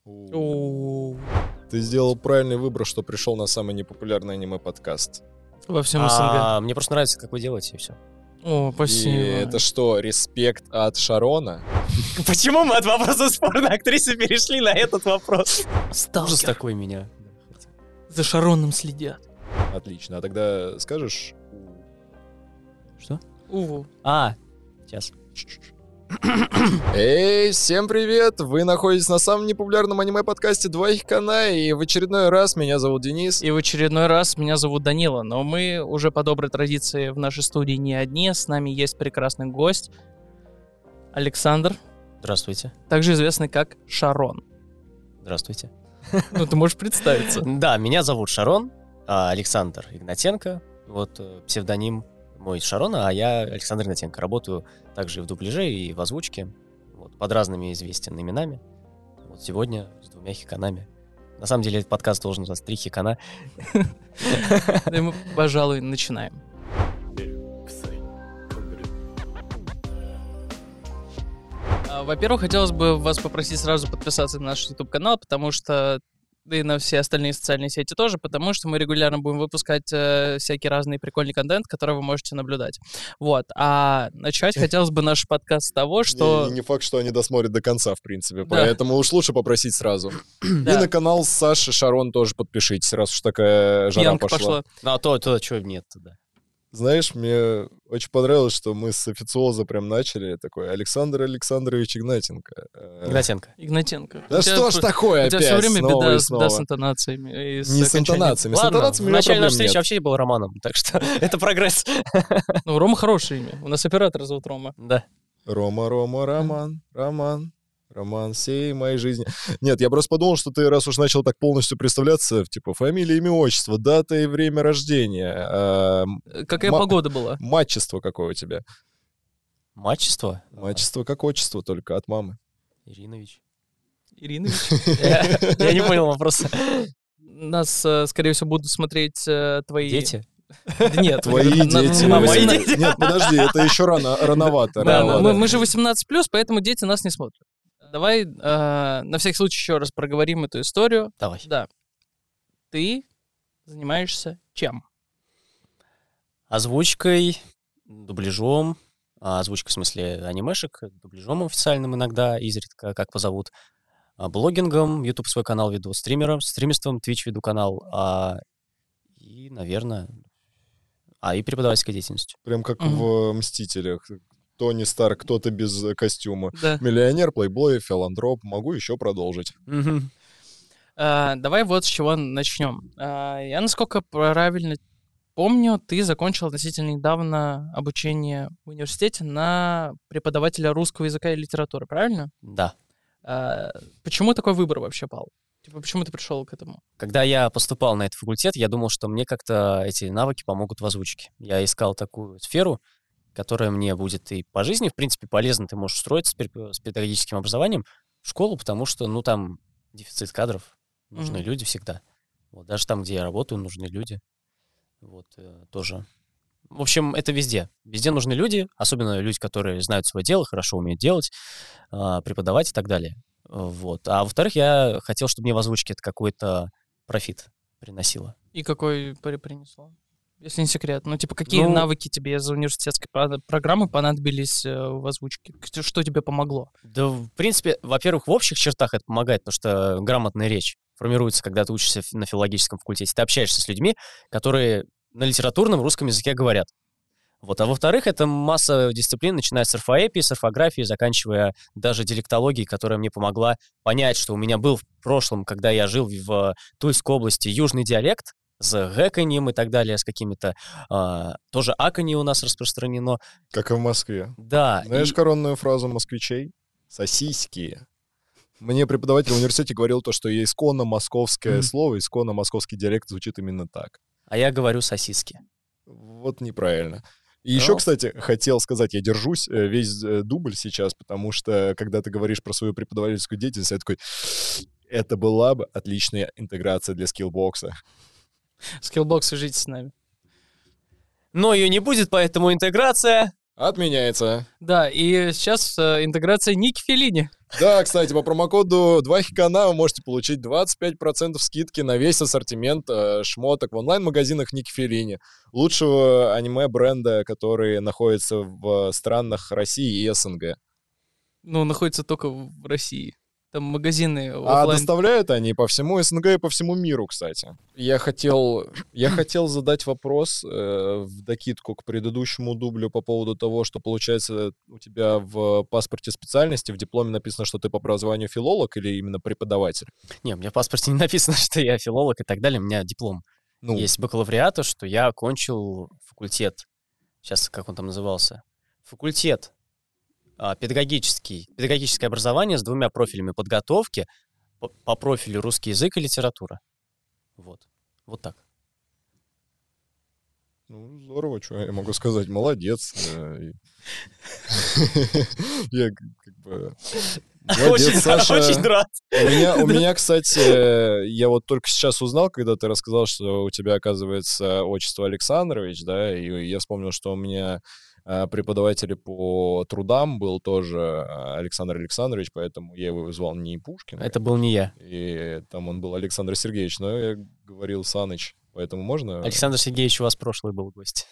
У. Ты сделал правильный выбор, что пришел на самый непопулярный аниме-подкаст. Во всем СНГ. Мне просто нравится, как вы делаете, и все. О, спасибо. И это что, респект от Шарона? Почему мы от вопроса спорной актрисы перешли на этот вопрос? Ужас Сталкер. такой меня. За Шароном следят. Отлично. А тогда скажешь? Что? Уву. Сейчас. Эй, всем привет! Вы находитесь на самом непопулярном аниме-подкасте «Два Хикана», и в очередной раз меня зовут Денис. И в очередной раз меня зовут Данила, но мы уже по доброй традиции в нашей студии не одни. С нами есть прекрасный гость Александр, Здравствуйте. также известный как Шарон. Здравствуйте. Ну, ты можешь представиться. Да, меня зовут Шарон, Александр Игнатенко. Вот псевдоним мой Шарона, а я Александр Игнатенко. Работаю также и в дубляже, и в озвучке. Вот, под разными известными именами. Вот сегодня с 2 хиканами. На самом деле, этот подкаст должен называться 3 хикана. Да и мы, пожалуй, начинаем. Во-первых, хотелось бы вас попросить сразу подписаться на наш YouTube-канал, потому что да и на все остальные социальные сети тоже, потому что мы регулярно будем выпускать всякий разный прикольный контент, который вы можете наблюдать. Вот. А начать хотелось бы наш подкаст с того, что... Не факт, что они досмотрят до конца, в принципе, Да. поэтому уж лучше попросить сразу. И Да. на канал Саши Шарон тоже подпишитесь, раз уж такая жара Пьянка пошла. Ну, а то чего нет да. Знаешь, мне очень понравилось, что мы с официоза прям начали. Такой Александр Александрович Игнатенко. Игнатенко. Игнатенко. Да что ж такое У тебя опять? все время снова беда и с снова. интонациями. И Не с окончанием. интонациями. С Ладно, интонациями в у меня начале проблем нашей встречи нет. вообще был Романом, так что это прогресс. Ну, Рома хорошее имя. У нас оператор зовут Рома. Да. Рома, Роман всей моей жизни. Нет, я просто подумал, что ты, раз уж начал так полностью представляться, типа фамилия, имя, отчество, дата и время рождения, Какая Ма- погода была? матчество какое у тебя? Матчество? Матчество как отчество, только от мамы. Иринович. Иринович? Я не понял вопроса. Нас, скорее всего, будут смотреть твои... Дети? Да нет. Твои дети. на мои 18. дети? Нет, подожди, это еще рановато. Да, рановато. мы же 18+, поэтому дети нас не смотрят. Давай на всякий случай еще раз проговорим эту историю. Давай. Да. Ты занимаешься чем? Озвучкой, дубляжом, озвучкой в смысле анимешек, дубляжом официальным иногда, изредка, как позовут, блогингом, YouTube свой канал веду, стримерством, Twitch веду канал, и, наверное, и преподавательской деятельностью. Прям как Мгм. в «Мстителях». Тони Старк, кто-то без костюма. Да. Миллионер, плейбой, филантроп. Могу еще продолжить. Давай вот с чего начнем. Я, насколько правильно помню, ты закончил относительно недавно обучение в университете на преподавателя русского языка и литературы, правильно? Да. Почему такой выбор вообще пал? Типа, почему ты пришел к этому? Когда я поступал на этот факультет, я думал, что мне как-то эти навыки помогут в озвучке. Я искал такую сферу, которая мне будет и по жизни, в принципе, полезна. Ты можешь устроиться с педагогическим образованием в школу, потому что, там дефицит кадров, нужны Мгм. люди всегда. Вот, даже там, где я работаю, нужны люди. Вот, тоже. В общем, это везде. Везде нужны люди, особенно люди, которые знают свое дело, хорошо умеют делать, преподавать и так далее. Вот. А во-вторых, я хотел, чтобы мне в озвучке это какой-то профит приносило. И какой принесло? Если не секрет. Ну, типа, какие Ну- навыки тебе из университетской программы понадобились в озвучке? Что тебе помогло? Да, в принципе, во-первых, в общих чертах это помогает, потому что грамотная речь формируется, когда ты учишься на филологическом факультете. Ты общаешься с людьми, которые на литературном русском языке говорят. Вот. А во-вторых, это масса дисциплин, начиная с орфоэпии, с орфографии, заканчивая даже диалектологией, которая мне помогла понять, что у меня был в прошлом, когда я жил в Тульской области, южный диалект с гэканьем и так далее, с какими-то... тоже аканье у нас распространено. Как и в Москве. Да. Знаешь и- коронную фразу москвичей? Сосиски. Мне преподаватель в университете говорил то, что исконно московское слово, исконно московский диалект звучит именно так. А я говорю сосиски. Вот неправильно. И еще, Ну. кстати, хотел сказать, я держусь весь дубль сейчас, потому что, когда ты говоришь про свою преподавательскую деятельность, я такой, это была бы отличная интеграция для скиллбокса. Скиллбокс, свяжитесь с нами. Но ее не будет, поэтому интеграция Отменяется. Да, и сейчас интеграция Ники Феллини. Да, кстати, по промокоду 2hikana вы можете получить 25% скидки на весь ассортимент шмоток в онлайн-магазинах Ники Феллини, лучшего аниме-бренда, который находится в странах России и СНГ. Ну, находится только в России. Там магазины А оффлайн. доставляют они по всему СНГ и по всему миру, кстати. Я хотел задать вопрос в докидку к предыдущему дублю по поводу того, что, получается, у тебя в паспорте специальности, в дипломе написано, что ты по образованию филолог или именно преподаватель? Не, у меня в паспорте не написано, что я филолог и так далее. У меня диплом Ну, есть бакалавриата, что я окончил факультет. Сейчас, как он там назывался? Факультет педагогическое образование с 2 профилями подготовки по профилю русский язык и литература. Вот так. ну, здорово, что я могу сказать. Молодец. Я как бы... Молодец, Саша. Очень рад. У меня, кстати, я вот только сейчас узнал, когда ты рассказал, что у тебя, оказывается, отчество Александрович, да, и я вспомнил, что у меня преподаватель по трудам был тоже Александр Александрович, поэтому я его звал не Пушкин. Это был не я. И там он был Александр Сергеевич, но я говорил Саныч, поэтому можно... Александр Сергеевич у вас прошлый был гость.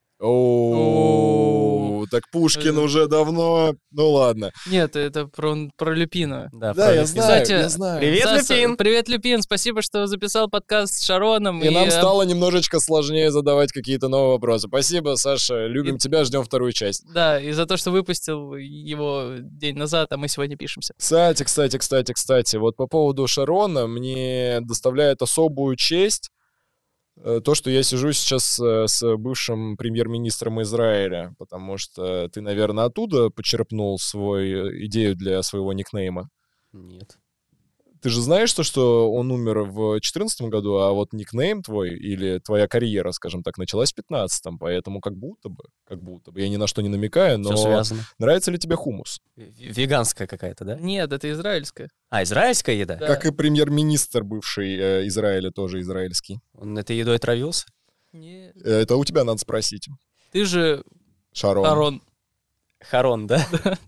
О, так Пушкин уже давно... Ну ладно. Нет, это про Люпина. Да, Да, я Люпина. знаю, Кстати, я знаю. Привет, Саса, Люпин! Привет, Люпин! Спасибо, что записал подкаст с Шароном. И нам стало немножечко сложнее задавать какие-то новые вопросы. Спасибо, Саша. Любим тебя, ждем вторую часть. Да, и за то, что выпустил его день назад, а мы сегодня пишемся. Кстати, вот по поводу Шарона мне доставляет особую честь то, что я сижу сейчас с бывшим премьер-министром Израиля, потому что ты, наверное, оттуда почерпнул свою идею для своего никнейма. Нет. Ты же знаешь то, что он умер в 2014 году, а вот никнейм твой или твоя карьера, скажем так, началась в 2015, поэтому как будто бы, я ни на что не намекаю, Все но связано. нравится ли тебе хумус? Веганская какая-то, да? Нет, это израильская. А, израильская еда? Да. Как и премьер-министр бывший Израиля, тоже израильский. Он этой едой травился? Нет. Это у тебя надо спросить. Ты же Шарон. Шарон. Харон, да?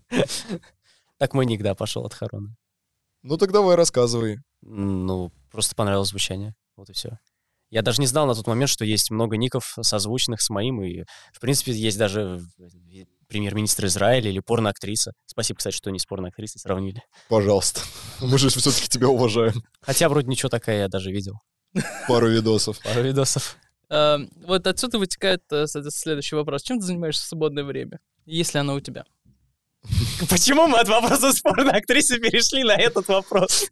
Так мой ник, да, пошел от Харона. Ну так давай рассказывай. Ну, просто понравилось звучание. Вот и все. Я даже не знал на тот момент, что есть много ников созвучных с моим, и, в принципе, есть даже премьер-министр Израиля или порноактриса. Спасибо, кстати, что не с порноактрисой сравнили. Пожалуйста. Мы же все-таки тебя уважаем. Хотя вроде ничего такая я даже видел. Пару видосов. Пару видосов. Вот отсюда вытекает следующий вопрос. Чем ты занимаешься в свободное время, если оно у тебя? Почему мы от вопроса с порноактрисой перешли на этот вопрос?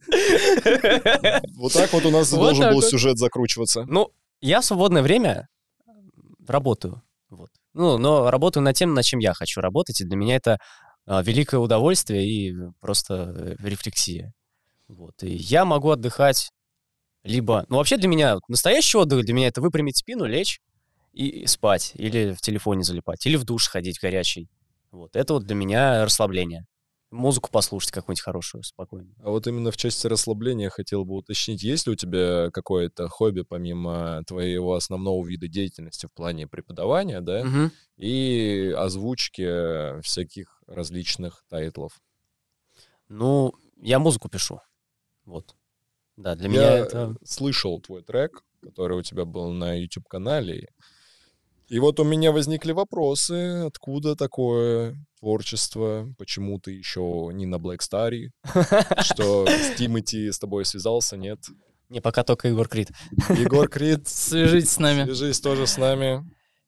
Вот так вот у нас Вот должен так был вот. сюжет закручиваться. Ну, я в свободное время работаю. Вот. Ну, но работаю над тем, над чем я хочу работать, и для меня это великое удовольствие и просто рефлексия. Вот. И я могу отдыхать либо... Ну, вообще для меня настоящий отдых, для меня это выпрямить спину, лечь и спать, или в телефоне залипать, или в душ ходить горячий. Вот. Это вот для меня расслабление. Музыку послушать какую-нибудь хорошую, спокойную. А вот именно в части расслабления хотел бы уточнить, есть ли у тебя какое-то хобби помимо твоего основного вида деятельности в плане преподавания, да, Мгм. и озвучки всяких различных тайтлов? Ну, я музыку пишу. Вот. Да, для меня Я это... слышал твой трек, который у тебя был на YouTube-канале. И вот у меня возникли вопросы, откуда такое творчество, почему ты еще не на Black Star, что Тимати с тобой связался, нет? Не, пока только Егор Крид. Егор Крид, Свяжитесь с нами. свяжись тоже с нами.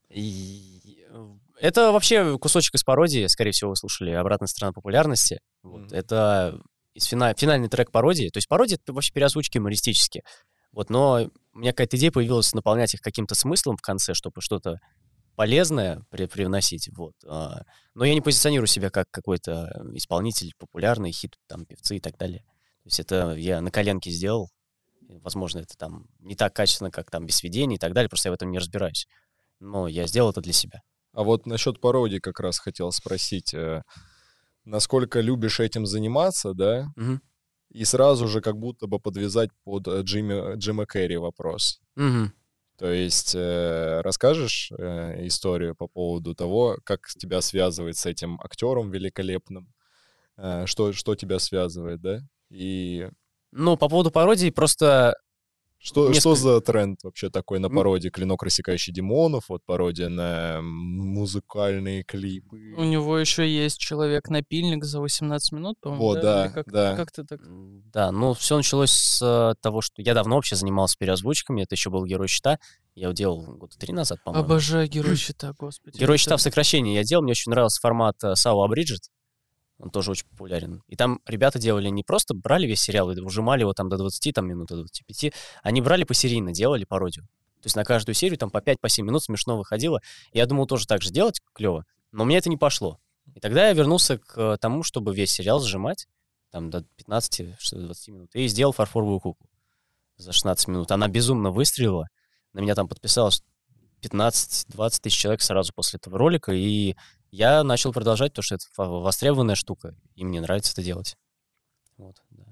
Это вообще кусочек из пародии, скорее всего, вы слушали «Обратная сторона популярности». Вот. Мгм. Это финальный трек пародии. То есть пародия — это вообще переозвучки юмористические. Вот, но у меня какая-то идея появилась наполнять их каким-то смыслом в конце, чтобы что-то полезное привносить. Вот. Но я не позиционирую себя как какой-то исполнитель популярный, хит, там, певцы и так далее. То есть это я на коленке сделал. Возможно, это там не так качественно, как там без сведений и так далее, просто я в этом не разбираюсь. Но я сделал это для себя. А вот насчет пародии как раз хотел спросить, насколько любишь этим заниматься, да? Мгм. И сразу же как будто бы подвязать под Джима Керри вопрос. Мгм. То есть расскажешь историю по поводу того, как тебя связывает с этим актером великолепным, что тебя связывает, да? И Ну, по поводу пародии, просто что несколько... за тренд вообще такой на пародии? «Клинок, рассекающий демонов», вот пародия на музыкальные клипы. У него еще есть «Человек-напильник» за 18 минут, по-моему, Вот, да? Или да, да. как-то так? Да, ну, все началось с того, что я давно вообще занимался переозвучками, это еще был «Герой щита», я его делал года 3 назад, по-моему. Обожаю «Герой щита», господи. «Герой это- щита» в сокращении я делал, мне очень нравился формат Сау Абриджит, он тоже очень популярен. И там ребята делали не просто брали весь сериал и ужимали его там до 20 там, минут, до 25, они брали посерийно, делали пародию. То есть на каждую серию там по 5-7 минут смешно выходило. И я думал тоже так же делать, клево, но мне это не пошло. И тогда я вернулся к тому, чтобы весь сериал сжимать там до 15, что до 20 минут, и сделал «Фарфоровую куклу» за 16 минут. Она безумно выстрелила, на меня там подписалось 15-20 тысяч человек сразу после этого ролика, и я начал продолжать, потому что это востребованная штука, и мне нравится это делать. Вот, да.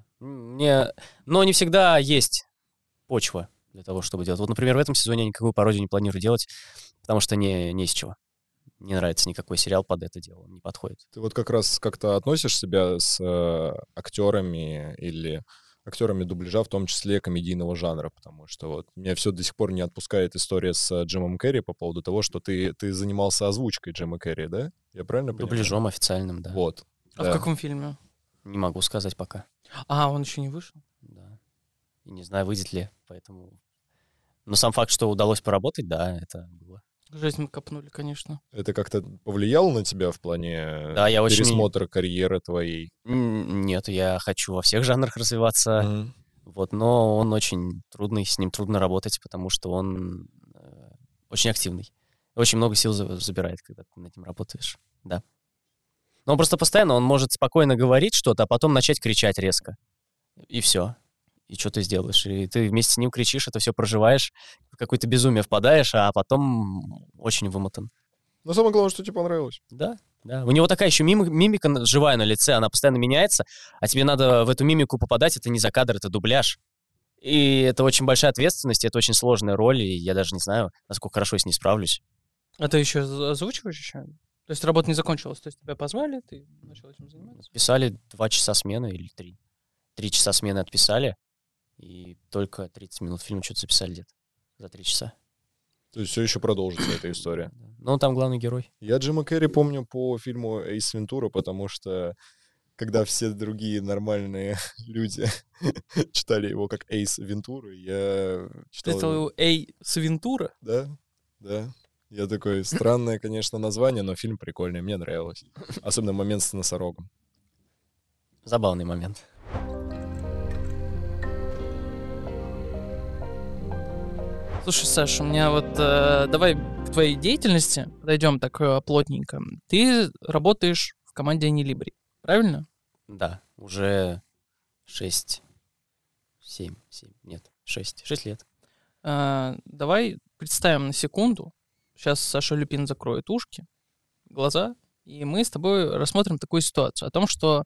Но не всегда есть почва для того, чтобы делать. Вот, например, в этом сезоне я никакую пародию не планирую делать, потому что не из чего. Не нравится никакой сериал под это дело, не подходит. Ты вот как раз как-то относишь себя с актерами или актерами дубляжа, в том числе комедийного жанра, потому что вот меня все до сих пор не отпускает история с Джимом Керри по поводу того, что ты занимался озвучкой Джима Керри, да? Я правильно понимаю? Дубляжом официальным, да. Вот. А да. в каком фильме? Не могу сказать пока. А, он еще не вышел? Да. И не знаю, выйдет ли, поэтому... Но сам факт, что удалось поработать, да, это было. Жизнь мы копнули, конечно. Это как-то повлияло на тебя в плане Да, я очень- пересмотра карьеры твоей? Нет, я хочу во всех жанрах развиваться, Мгм. вот, но он очень трудный, с ним трудно работать, потому что он очень активный. Очень много сил забирает, когда ты над ним работаешь, да. Но он просто постоянно, он может спокойно говорить что-то, а потом начать кричать резко. И все. И что ты сделаешь? И ты вместе с ним кричишь, это все проживаешь, в какое-то безумие впадаешь, а потом очень вымотан. Но самое главное, что тебе понравилось. Да, да. У него такая еще мимика живая на лице, она постоянно меняется, а тебе надо в эту мимику попадать, это не за кадр, это дубляж. И это очень большая ответственность, это очень сложная роль, и я даже не знаю, насколько хорошо я с ней справлюсь. А ты еще озвучиваешь еще? То есть работа не закончилась, то есть тебя позвали, ты начал этим заниматься? Писали 2 часа смены или 3. 3 часа смены отписали, и только 30 минут фильма что-то записали где-то за 3 часа. То есть все еще продолжится эта история. Но он там главный герой. Я Джима Керри помню по фильму «Эйс Вентура», потому что когда все другие нормальные люди читали его как Эйс Вентура, я читал Читал его... его «Эй, Свинтура»? Да, да. Я такой, странное, конечно, название, но фильм прикольный, мне нравилось. Особенно момент с носорогом. Забавный момент. Слушай, Саша, у меня вот давай к твоей деятельности подойдем так плотненько. Ты работаешь в команде Анилибри, правильно? Да, уже 6 лет. Давай представим на секунду. Сейчас Саша Люпин закроет ушки, глаза, и мы с тобой рассмотрим такую ситуацию о том, что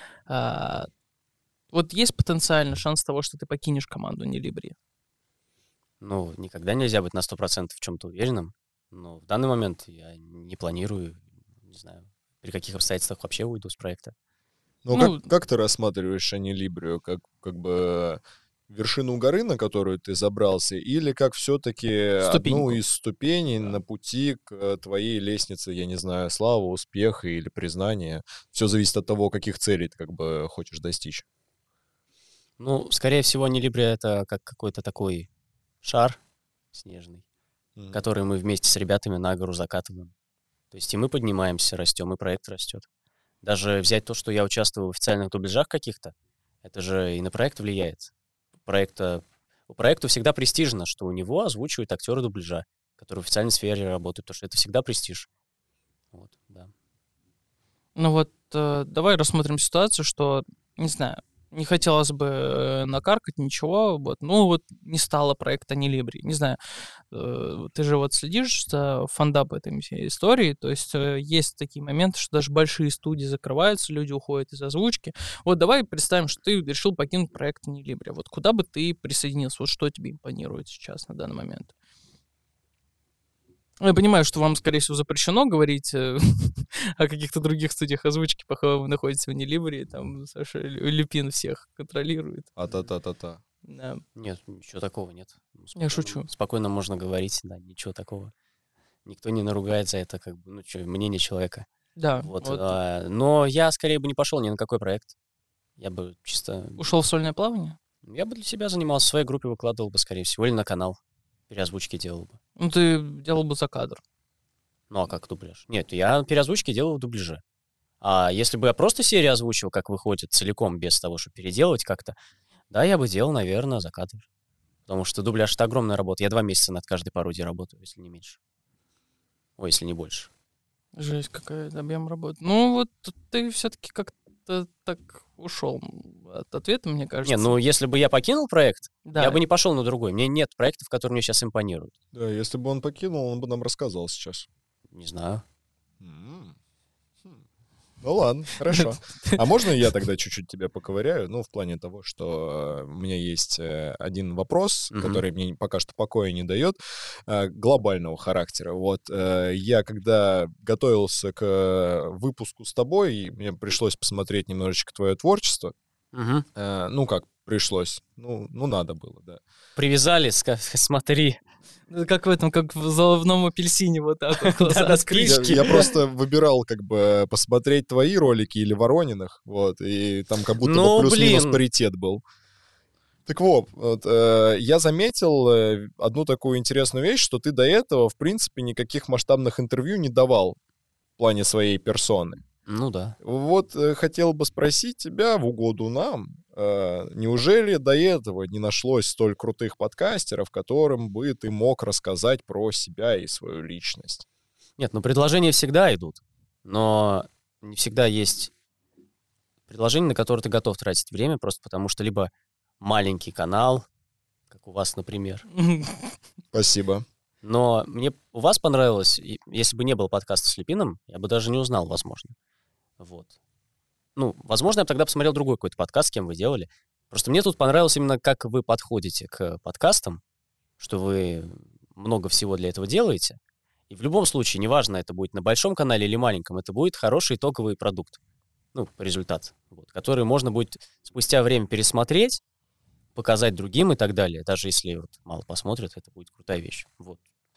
вот есть потенциальный шанс того, что ты покинешь команду Анилибри. Ну, никогда нельзя быть на 100% в чем-то уверенным, но в данный момент я не планирую, не знаю, при каких обстоятельствах вообще уйду с проекта. Ну, Ну, как ты рассматриваешь Анилибрию? Как бы вершину горы, на которую ты забрался, или как все-таки Ступеньку. одну из ступеней на пути к твоей лестнице, я не знаю, славы, успеха или признания? Все зависит от того, каких целей ты как бы хочешь достичь. Ну, скорее всего, Нелибрия — это как какой-то такой шар снежный, Мгм. который мы вместе с ребятами на гору закатываем. То есть и мы поднимаемся, растем, и проект растет. Даже взять то, что я участвую в официальных дубляжах каких-то, это же и на проект влияет. У проекта всегда престижно, что у него озвучивают актеры дубляжа, которые в официальной сфере работают, потому что это всегда престиж. Вот, да. Ну вот давай рассмотрим ситуацию, что, не знаю, не хотелось бы накаркать ничего, вот, ну вот не стало проекта Нелибри. Не знаю, ты же вот следишь за фандап этой всей истории, то есть есть такие моменты, что даже большие студии закрываются, люди уходят из озвучки. Вот давай представим, что ты решил покинуть проект Нелибри. Вот куда бы ты присоединился? Вот что тебе импонирует сейчас на данный момент? Я понимаю, что вам, скорее всего, запрещено говорить о каких-то других студиях озвучки, пока вы находитесь в Нелибре, там Саша Люпин всех контролирует. А-та-та-та-та. Да. Нет, ничего такого нет. Я шучу. Спокойно можно говорить, да, ничего такого. Никто не наругает за это, как бы, ну, что, мнение человека. Да, Вот. вот. Но я скорее бы не пошел ни на какой проект. Я бы чисто... Ушел в сольное плавание? Я бы для себя занимался, в своей группе выкладывал бы, скорее всего, или на канал. Переозвучки делал бы. Ну, ты делал бы за кадр. Ну, а как дубляж? Нет, я переозвучки делал в дубляже. А если бы я просто серию озвучил, как выходит, целиком, без того, чтобы переделывать как-то, да, я бы делал, наверное, за кадр. Потому что дубляж — это огромная работа. Я 2 месяца над каждой пародией работаю, если не меньше. Ой, если не больше. Жесть, какой объем работы. Ну, вот ты все-таки как-то так ушел от ответа, мне кажется. Не, ну если бы я покинул проект, да. я бы не пошел на другой. Мне нет проектов, которые мне сейчас импонируют. Да, если бы он покинул, он бы нам рассказал сейчас. Не знаю. Ну ладно, хорошо. А можно я тогда чуть-чуть тебя поковыряю? Ну, в плане того, что у меня есть один вопрос, который мне пока что покоя не дает, глобального характера. Вот я, когда готовился к выпуску с тобой, мне пришлось посмотреть немножечко твое творчество. Ну, как пришлось? Ну, надо было, да. Привязали, смотри. Как в этом, как в «Головном апельсине», вот так вот, глаза с крышки. Я просто выбирал, как бы, посмотреть твои ролики или Ворониных, вот, и там как будто бы плюс-минус паритет был. Так вот, я заметил одну такую интересную вещь, что ты до этого, в принципе, никаких масштабных интервью не давал в плане своей персоны. Ну да. Вот хотел бы спросить тебя в угоду нам, неужели до этого не нашлось столь крутых подкастеров, которым бы ты мог рассказать про себя и свою личность? Нет, ну предложения всегда идут, но не всегда есть предложения, на которые ты готов тратить время, просто потому что либо маленький канал, как у вас, например. Спасибо. Но мне у вас понравилось, если бы не было подкаста с Люпином, я бы даже не узнал, возможно. Вот. Ну, возможно, я бы тогда посмотрел другой какой-то подкаст, с кем вы делали. Просто мне тут понравилось именно, как вы подходите к подкастам, что вы много всего для этого делаете. И в любом случае, неважно, это будет на большом канале или маленьком, это будет хороший итоговый продукт, ну, результат, вот, который можно будет спустя время пересмотреть, показать другим и так далее. Даже если вот мало посмотрят, это будет крутая вещь. Вот.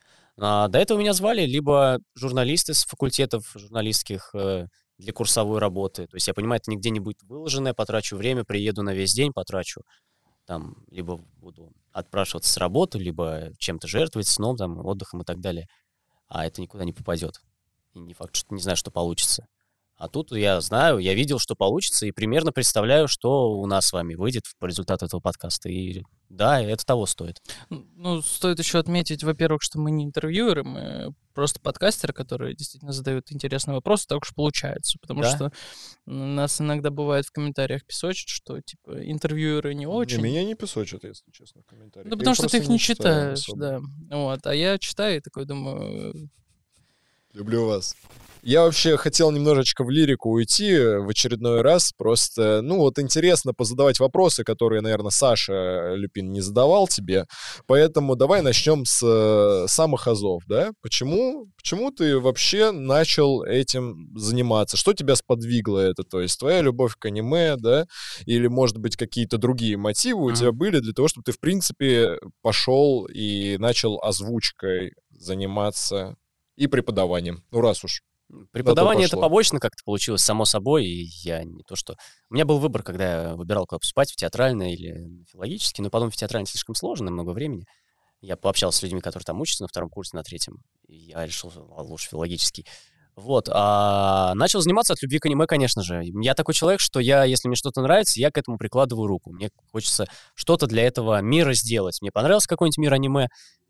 А до этого меня звали либо журналисты с факультетов журналистских для курсовой работы. То есть я понимаю, это нигде не будет выложено, я потрачу время, приеду на весь день, потрачу там, либо буду отпрашиваться с работы, либо чем-то жертвовать, сном, там, отдыхом и так далее. А это никуда не попадет. И не факт, что не знаю, что получится. А тут я знаю, я видел, что получится, и примерно представляю, что у нас с вами выйдет по результату этого подкаста. И да, это того стоит. Ну, стоит еще отметить, во-первых, что мы не интервьюеры, мы просто подкастеры, которые действительно задают интересные вопросы, так уж получается. Потому что нас иногда бывает в комментариях песочат, что, типа, интервьюеры не очень. Меня не песочат, если честно, в комментариях. Да потому что ты их не читаешь, да. Вот, а я читаю и такой думаю... Люблю вас. Я вообще хотел немножечко в лирику уйти в очередной раз. Просто, ну вот интересно позадавать вопросы, которые, наверное, Саша Люпин не задавал тебе. Поэтому давай начнем с самых азов, да? Почему ты вообще начал этим заниматься? Что тебя сподвигло это? То есть твоя любовь к аниме, да? Или, может быть, какие-то другие мотивы у тебя были для того, чтобы ты, в принципе, пошел и начал озвучкой заниматься и преподаванием? Ну, раз уж. Преподавание это побочно как-то получилось, само собой, и я не то что... У меня был выбор, когда я выбирал, куда поступать, в театральное или филологический, но потом в театральное слишком сложно, много времени. Я пообщался с людьми, которые там учатся на 2-м курсе, на 3-м, и я решил, лучше филологический. Вот, а начал заниматься от любви к аниме, конечно же. Я такой человек, что если мне что-то нравится, я к этому прикладываю руку. Мне хочется что-то для этого мира сделать. Мне понравился какой-нибудь мир аниме,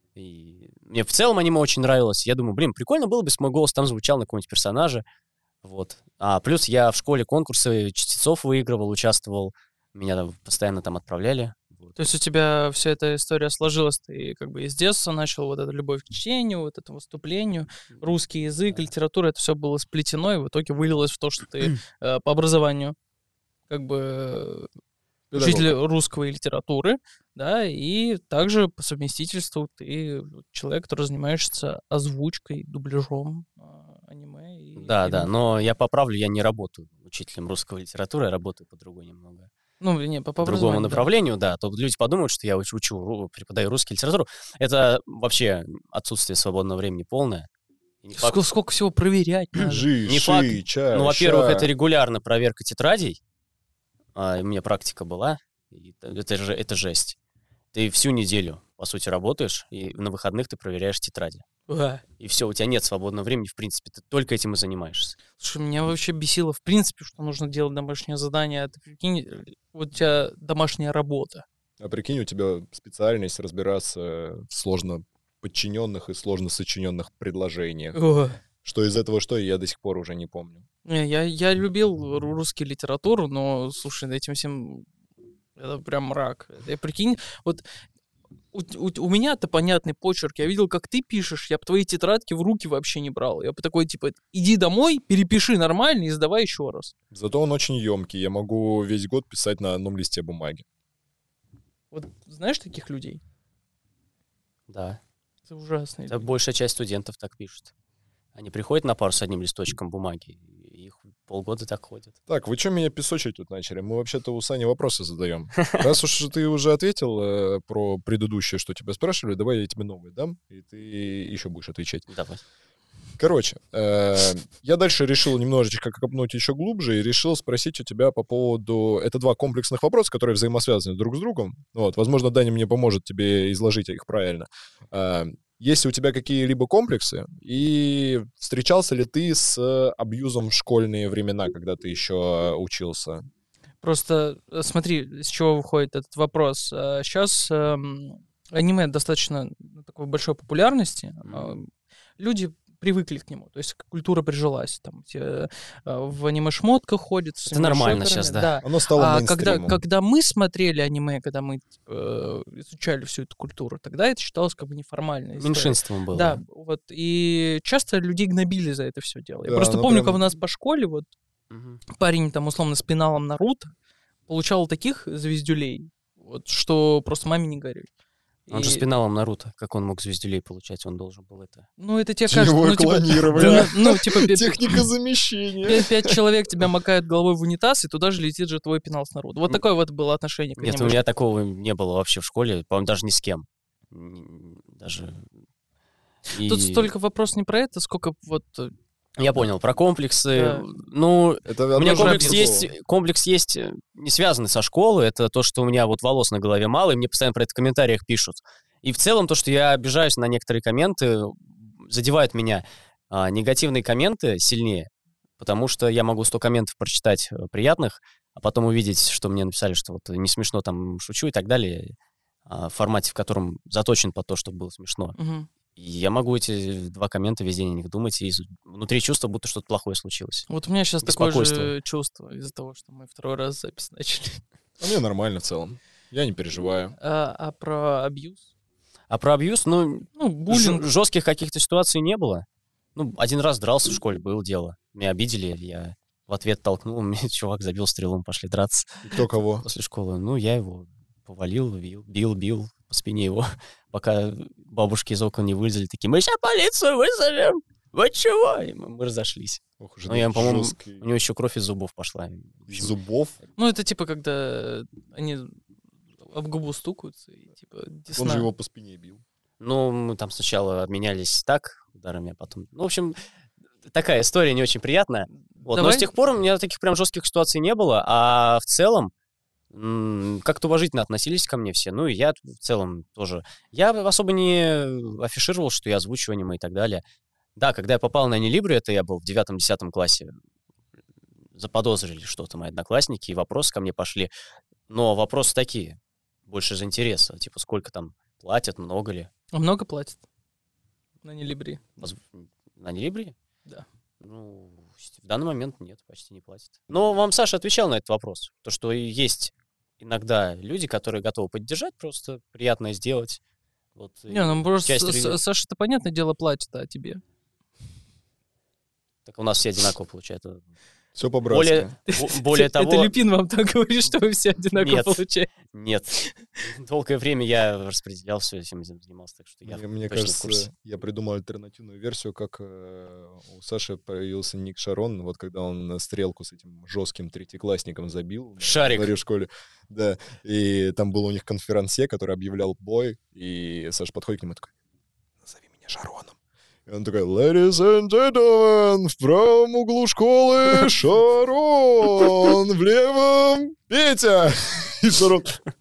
и мне в целом аниме очень нравилось. Я думаю, прикольно было бы, если мой голос там звучал на какого-нибудь персонажа. Вот. А плюс я в школе конкурсы чтецов выигрывал, участвовал. Меня постоянно там отправляли. Вот. То есть у тебя вся эта история сложилась, ты как бы из детства начал вот эту любовь к чтению, вот этому выступлению, русский язык, литература, это все было сплетено, и в итоге вылилось в то, что ты по образованию как бы учитель русского и литературы, да, и также по совместительству ты человек, который занимаешься озвучкой, дубляжом аниме и Да, фильмов. но я поправлю, я не работаю учителем русской литературы, я работаю по другой немного. Ну, не, по Другому образованию, да. направлению, да, то люди подумают, что я преподаю русский литературу. Это вообще отсутствие свободного времени полное. И не факт- Сколько всего проверять надо. Жи, Не ши, факт. ча, Ну, во-первых, ща. это регулярно проверка тетрадей. У меня практика была. И это жесть. Ты всю неделю, по сути, работаешь, и на выходных ты проверяешь тетради. И все, у тебя нет свободного времени, в принципе, ты только этим и занимаешься. Слушай, меня вообще бесило, в принципе, что нужно делать домашнее задание. Ты прикинь, вот у тебя домашняя работа. А прикинь, у тебя специальность разбираться в сложно подчиненных и сложно сочиненных предложениях. Что из этого что, я до сих пор уже не помню. Не, я любил русский литературу, но, слушай, этим всем это прям мрак. Я прикинь, вот у меня-то понятный почерк. Я видел, как ты пишешь, я бы твои тетрадки в руки вообще не брал. Я бы такой, типа, иди домой, перепиши нормально и сдавай еще раз. Зато он очень емкий. Я могу весь год писать на одном листе бумаги. Вот Знаешь таких людей? Да. Это ужасно. Это большая часть студентов так пишет. Они приходят на пару с одним листочком бумаги, и их полгода так ходят. Так, вы что меня песочить тут начали? Мы вообще-то у Сани вопросы задаем. Раз уж ты уже ответил про предыдущее, что тебя спрашивали, давай я тебе новые дам, и ты еще будешь отвечать. Давай. Короче, я дальше решил немножечко копнуть еще глубже и решил спросить у тебя по поводу... Это два комплексных вопроса, которые взаимосвязаны друг с другом. Вот, возможно, Даня мне поможет тебе изложить их правильно. Есть ли у тебя какие-либо комплексы? И встречался ли ты с абьюзом в школьные времена, когда ты еще учился? Просто смотри, с чего выходит этот вопрос. Сейчас аниме достаточно такой большой популярности. Люди привыкли к нему, то есть культура прижилась. Там все в аниме-шмотках ходят. Это нормально сейчас, да. Оно стало мейнстримом. Когда мы смотрели аниме, когда мы изучали всю эту культуру, тогда это считалось как бы неформальной историей. Меньшинством было. Да, вот. И часто людей гнобили за это все дело. Я Да, просто ну помню, прям- как у нас по школе вот парень там условно с пеналом Наруто получал таких звездюлей, вот, что просто маме не горюй. Он же с пеналом Наруто. Как он мог звездюлей получать? Он должен был это... Ну, это тебе кажется... Его ну, типа, клонировали. да, ну, типа, Техника замещения. 5 человек тебя макают головой в унитаз, и туда же летит же твой пенал с народу. Вот такое вот было отношение к Нет, аниме. у меня такого не было вообще в школе, по-моему, даже ни с кем. Даже... Тут столько вопрос не про это, сколько вот... Я понял, про комплексы. Да. Ну, Это у меня одно комплекс есть не связанный со школой. Это то, что у меня вот волос на голове мало, и мне постоянно про это в комментариях пишут. И в целом то, что я обижаюсь на некоторые комменты, задевают меня. Негативные комменты сильнее, потому что я могу 100 комментов прочитать приятных, а потом увидеть, что мне написали, что вот не смешно, там шучу и так далее, в формате, в котором заточен под то, чтобы было смешно. Угу. И я могу эти 2 коммента весь день о них думать, и внутри чувства, будто что-то плохое случилось. Вот у меня сейчас такое Беспокойство. же чувство из-за того, что мы второй раз запись начали. А мне нормально в целом. Я не переживаю. А про абьюз? А про абьюз, ну, буллинг. жестких каких-то ситуаций не было. Ну, один раз дрался в школе, было дело. Меня обидели, я в ответ толкнул, мне чувак забил стрелу, мы пошли драться. И кто кого? После школы. Ну, я его повалил, бил по спине его, пока бабушки из окон не вылезли, такие, мы сейчас полицию вызовем! Вы чего? И мы разошлись. Ох уж Ну, я, по-моему, жесткий. у него еще кровь из зубов пошла. Из зубов? Ну, это типа, когда они об губу стукаются, и типа Он десна. же его по спине бил. Ну, мы там сначала обменялись так ударами, а потом... Ну, в общем, такая история не очень приятная. Вот. Но Давай. с тех пор у меня таких прям жестких ситуаций не было, а в целом как-то уважительно относились ко мне все. Ну, и я в целом тоже. Я особо не афишировал, что я озвучу аниме и так далее. Да, когда я попал на Анилибре, это я был в 9-10 классе, заподозрили что-то мои одноклассники, и вопросы ко мне пошли. Но вопросы такие, больше из интереса. Типа, сколько там платят, много ли? А много платят? На Нелибри. На Анилибре? Да. Ну, в данный момент нет, почти не платят. Но вам Саша отвечал на этот вопрос. То, что есть иногда люди, которые готовы поддержать, просто приятное сделать. Вот, Не, ну просто Э, часть Саша-то, понятное дело, платит, а тебе? Так у нас все одинаково получают. Все по-братски. Более Это того... Люпин вам так говорит, что вы все одинаково Нет. получаете. Нет. Долгое время я распределял все, этим занимался, так что я Мне точно в курсе. кажется, я придумал альтернативную версию, как у Саши появился ник Шарон, вот когда он стрелку с этим жестким третьеклассником забил. Шарик. В школе. Да, и там был у них конферансье, который объявлял бой, и Саша подходит к нему и такой: назови меня Шароном. И он такой: ladies and gentlemen, в правом углу школы Шарон, в левом Петя. И Шарон...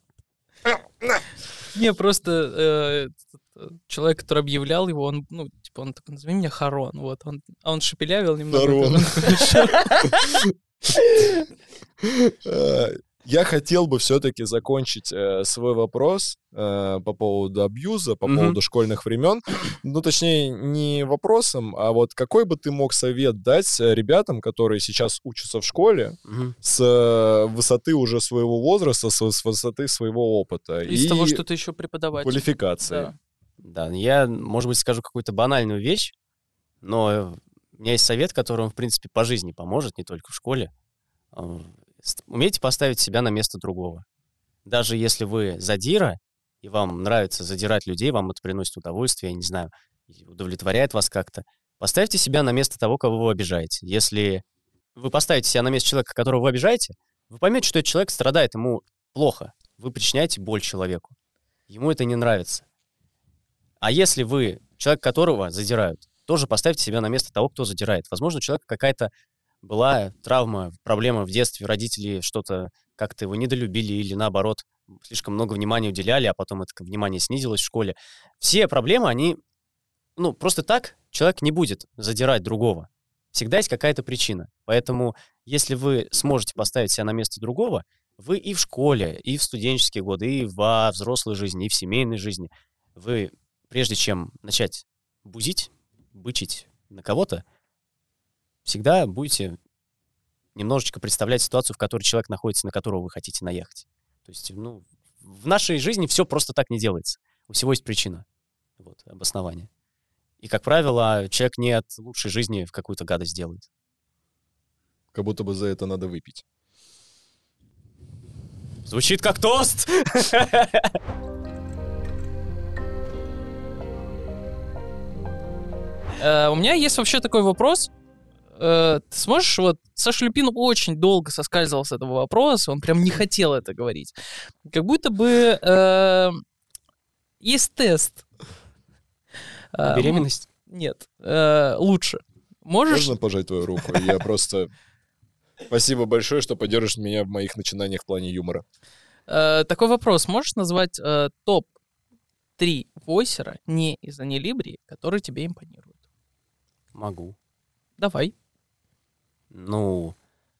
Не, просто человек, который объявлял его, он, ну, типа, он такой: назови меня Харон, вот, он шепелявил немного. Харон. Я хотел бы все-таки закончить свой вопрос по поводу абьюза, по поводу школьных времен. Ну, точнее, не вопросом, а вот какой бы ты мог совет дать ребятам, которые сейчас учатся в школе, с высоты уже своего возраста, с высоты своего опыта Из того, что ты еще преподаватель. Квалификации. Да, я, может быть, скажу какую-то банальную вещь, но у меня есть совет, который, в принципе, по жизни поможет, не только в школе. Умейте поставить себя на место другого. Даже если вы задира, и вам нравится задирать людей, вам это приносит удовольствие, я не знаю, удовлетворяет вас как-то, поставьте себя на место того, кого вы обижаете. Если вы поставите себя на место человека, которого вы обижаете, вы поймете, что этот человек страдает, ему плохо. Вы причиняете боль человеку. Ему это не нравится. А если вы человек, которого задирают, тоже поставьте себя на место того, кто задирает. Возможно, у человека какая-то была травма, проблема в детстве, родители что-то как-то его недолюбили или, наоборот, слишком много внимания уделяли, а потом это внимание снизилось в школе. Все проблемы, они... Ну, просто так человек не будет задирать другого. Всегда есть какая-то причина. Поэтому, если вы сможете поставить себя на место другого, вы и в школе, и в студенческие годы, и во взрослой жизни, и в семейной жизни, вы, прежде чем начать бузить, бычить на кого-то, всегда будете немножечко представлять ситуацию, в которой человек находится, на которого вы хотите наехать. То есть, ну, в нашей жизни все просто так не делается. У всего есть причина, вот, обоснование. И, как правило, человек не от лучшей жизни в какую-то гадость делает. Как будто бы за это надо выпить. Звучит как тост! У меня есть вообще такой вопрос. Ты сможешь, вот, Саша Люпин очень долго соскальзывал с этого вопроса, он прям не хотел это говорить. Как будто бы есть тест. Беременность? Нет, лучше. Можешь... Можно пожать твою руку? Я просто... Спасибо большое, что поддержишь меня в моих начинаниях в плане юмора. Такой вопрос. Можешь назвать топ-3 войсера не из Анилибрии, которые тебе импонируют? Могу. Давай. Ну,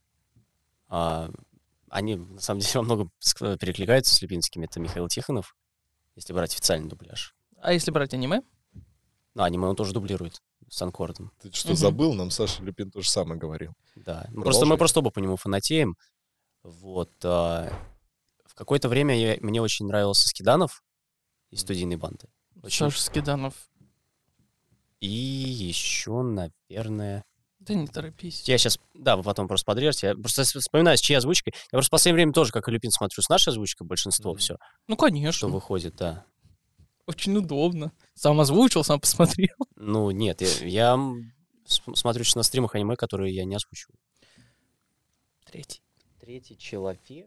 они, на самом деле, во многом перекликаются с люпинскими. Это Михаил Тихонов, если брать официальный дубляж. А если брать аниме? Ну, аниме он тоже дублирует с анкордом. Ты что, забыл? Нам Саша Люпин то же самое говорил. Да. Мы просто оба по нему фанатеем. Вот. В какое-то время мне очень нравился Скиданов из студийной банды. Очень. Саша Скиданов. И еще, наверное... Да не торопись. Я сейчас, да, вы потом просто подрежете. Я просто вспоминаю, с чьей озвучкой. Я просто в последнее время тоже, как и Люпин, смотрю с нашей озвучкой большинство все. Ну, конечно. Что выходит, да. Очень удобно. Сам озвучил, сам посмотрел. Ну, нет, я смотрю сейчас на стримах аниме, которые я не озвучиваю. Третий человек.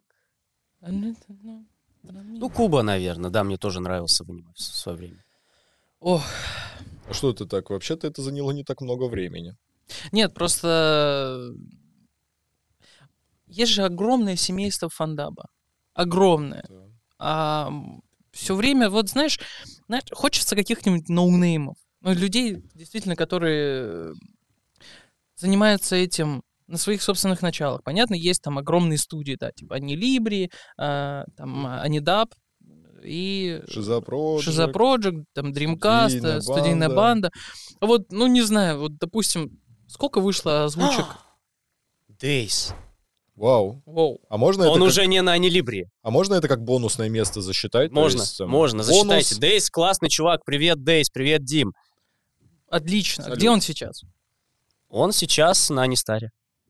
Ну, Куба, наверное, да, мне тоже нравился в аниме в свое время. Ох. А что ты так? Вообще-то это заняло не так много времени. Нет, просто есть же огромное семейство фандаба. Огромное. Да. Все время, вот знаешь, хочется каких-нибудь ноунеймов. Ну, людей, действительно, которые занимаются этим на своих собственных началах. Понятно, есть там огромные студии, да, типа Анилибри, там Анидаб и Шиза Project, там Dreamcast, студийная банда. Вот, ну, не знаю, вот, допустим, сколько вышло озвучек? Days. Вау. А можно Он это уже не на Анилибри. А можно это как бонусное место засчитать? Можно, есть, можно, засчитайте. Дейс классный чувак, привет, Дейс, привет, Дим. Отлично. Салют. Где он сейчас? Он сейчас на Анистаре.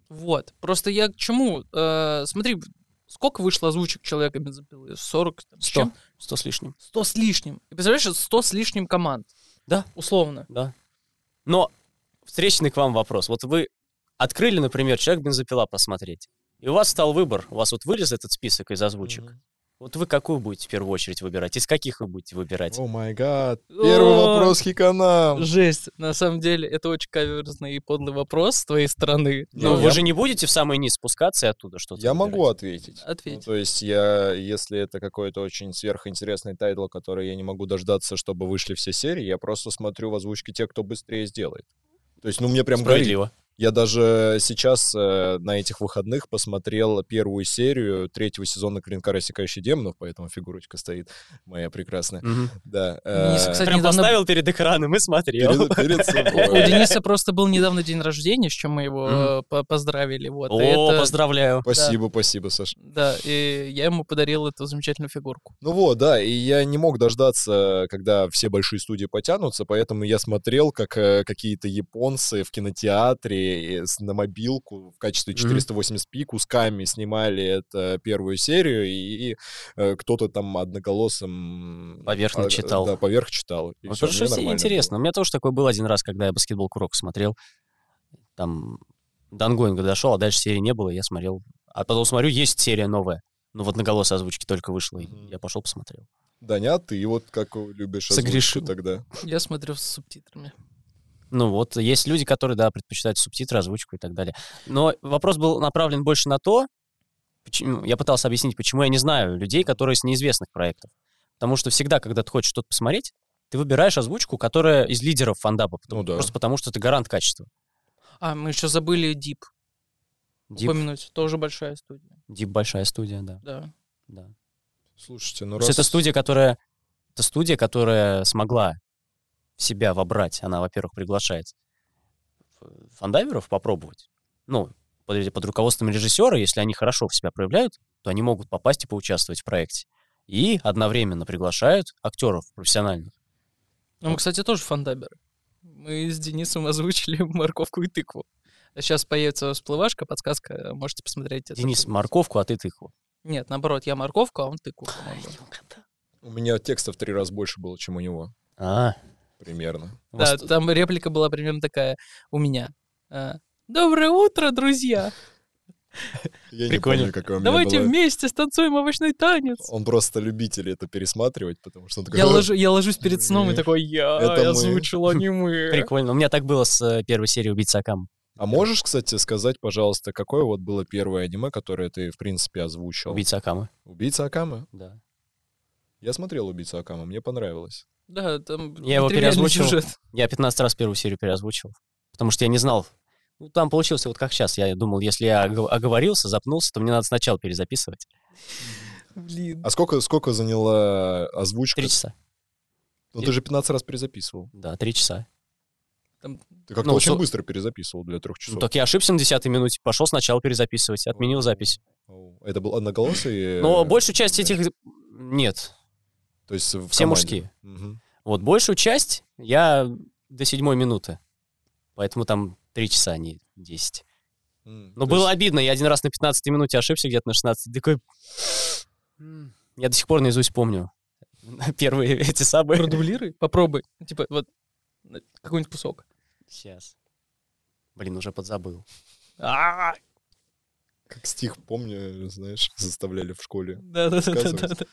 Вот. Просто я к чему? Смотри, сколько вышло озвучек «Человека бензопилы»? 40 там, с 100. чем? 100 с лишним. 100 с лишним. И представляешь, 100 с лишним команд. Да. Условно. Да. Но встречный к вам вопрос. Вот вы открыли, например, «Человек-бензопила» посмотреть, и у вас стал выбор, у вас вот вылез этот список из озвучек. Вот вы какую будете в первую очередь выбирать? Из каких вы будете выбирать? О май гад. Первый вопрос Хиканам. Жесть. На самом деле, это очень каверзный и подлый вопрос с твоей стороны. Но Я- вы же не будете в самый низ спускаться и оттуда что-то Я выбирать? могу ответить. Ответь. Ну, то есть если это какой-то очень сверхинтересный тайтл, который я не могу дождаться, чтобы вышли все серии, я просто смотрю в озвучке тех, кто быстрее сделает. То есть, мне прям горит. Справедливо. Я даже сейчас на этих выходных посмотрел первую серию 3-го сезона «Клинка, рассекающий демонов», поэтому фигурочка стоит моя прекрасная. Мгм. Да. Дениса, кстати, Прям недавно- поставил перед экраном и смотрел. перед У собой. Дениса просто был недавно день рождения, с чем мы его Мгм. поздравили. Вот. И О, это- поздравляю. Спасибо, Саша. Да, и я ему подарил эту замечательную фигурку. Ну вот, да, и я не мог дождаться, когда все большие студии потянутся, поэтому я смотрел, как какие-то японцы в кинотеатре на мобилку в качестве 480p кусками снимали это первую серию, и кто-то там одноголосым... Поверх читал. Да, поверх читал. И Вот всё, потому мне что нормально интересно. было. У меня тоже такой был один раз, когда я баскетбол Курок смотрел. Там до ангоинга дошел, а дальше серии не было, и я смотрел. А потом смотрю, есть серия новая. Ну вот на голос озвучки только вышла, и Мгм. я пошел посмотрел. Даня, а ты вот как любишь озвучку Согрешил. тогда? Я смотрю с субтитрами. Ну вот, есть люди, которые, да, предпочитают субтитры, озвучку и так далее. Но вопрос был направлен больше на то, я пытался объяснить, почему я не знаю людей, которые с неизвестных проектов. Потому что всегда, когда ты хочешь что-то посмотреть, ты выбираешь озвучку, которая из лидеров фандаба, Ну да. просто потому что это гарант качества. А, мы еще забыли Deep Дип, упомянуть. Тоже большая студия. Дип большая студия, да. Да. да. Слушайте, ну То есть это студия, которая смогла в себя вобрать. Она, во-первых, приглашает фандайверов попробовать. Ну, под руководством режиссера, если они хорошо в себя проявляют, то они могут попасть и поучаствовать в проекте. И одновременно приглашают актеров профессиональных. Ну, мы, кстати, тоже фандаберы. Мы с Денисом озвучили морковку и тыкву. А сейчас появится всплывашка, подсказка, можете посмотреть. это. Денис, морковку, а ты тыкву. Нет, наоборот, я морковку, а он тыкву, по-моему. у меня текстов в 3 раза больше было, чем у него. Примерно. Да, там реплика была примерно такая у меня. Доброе утро, друзья! Я Прикольно. не помню, какая у меня Давайте была. вместе станцуем овощной танец. Он просто любитель это пересматривать, потому что он такой... Я ложусь перед сном и такой, Это мы. озвучила не мы. Прикольно. У меня так было с первой серии «Убийца Акам». А можешь, кстати, сказать, пожалуйста, какое вот было первое аниме, которое ты, в принципе, озвучил? «Убийца Акама». «Убийца Акаме»? Да. Я смотрел «Убийцу Акаме», мне понравилось. Да, там Я его нетривиальный переозвучил. сюжет. Я 15 раз первую серию переозвучил. Потому что я не знал. Ну, там получилось вот как сейчас. Я думал, если я оговорился, запнулся, то мне надо сначала перезаписывать. Блин. А сколько заняла озвучка? 3 часа. Ну, ты же 15 раз перезаписывал. Да, 3 часа. Ты как-то Ну, очень быстро перезаписывал для 3 Ну, часов. так я ошибся на 10-й минуте, пошел сначала перезаписывать, отменил запись. Это был одноголосый? Но большую часть этих... Нет, То есть в все команде. мужские. Мгм. Вот большую часть я до 7-й минуты. Поэтому там 3 часа, а не 10. Но То было есть- обидно, я один раз на 15-й минуте ошибся, где-то на 16-й. Такой... Я до сих пор наизусть помню первые эти самые... Продублируй, попробуй. Типа, вот, какой-нибудь кусок. Сейчас. Блин, уже подзабыл. А, Как стих, помню, знаешь, заставляли в школе. Да-да-да. Рассказывать.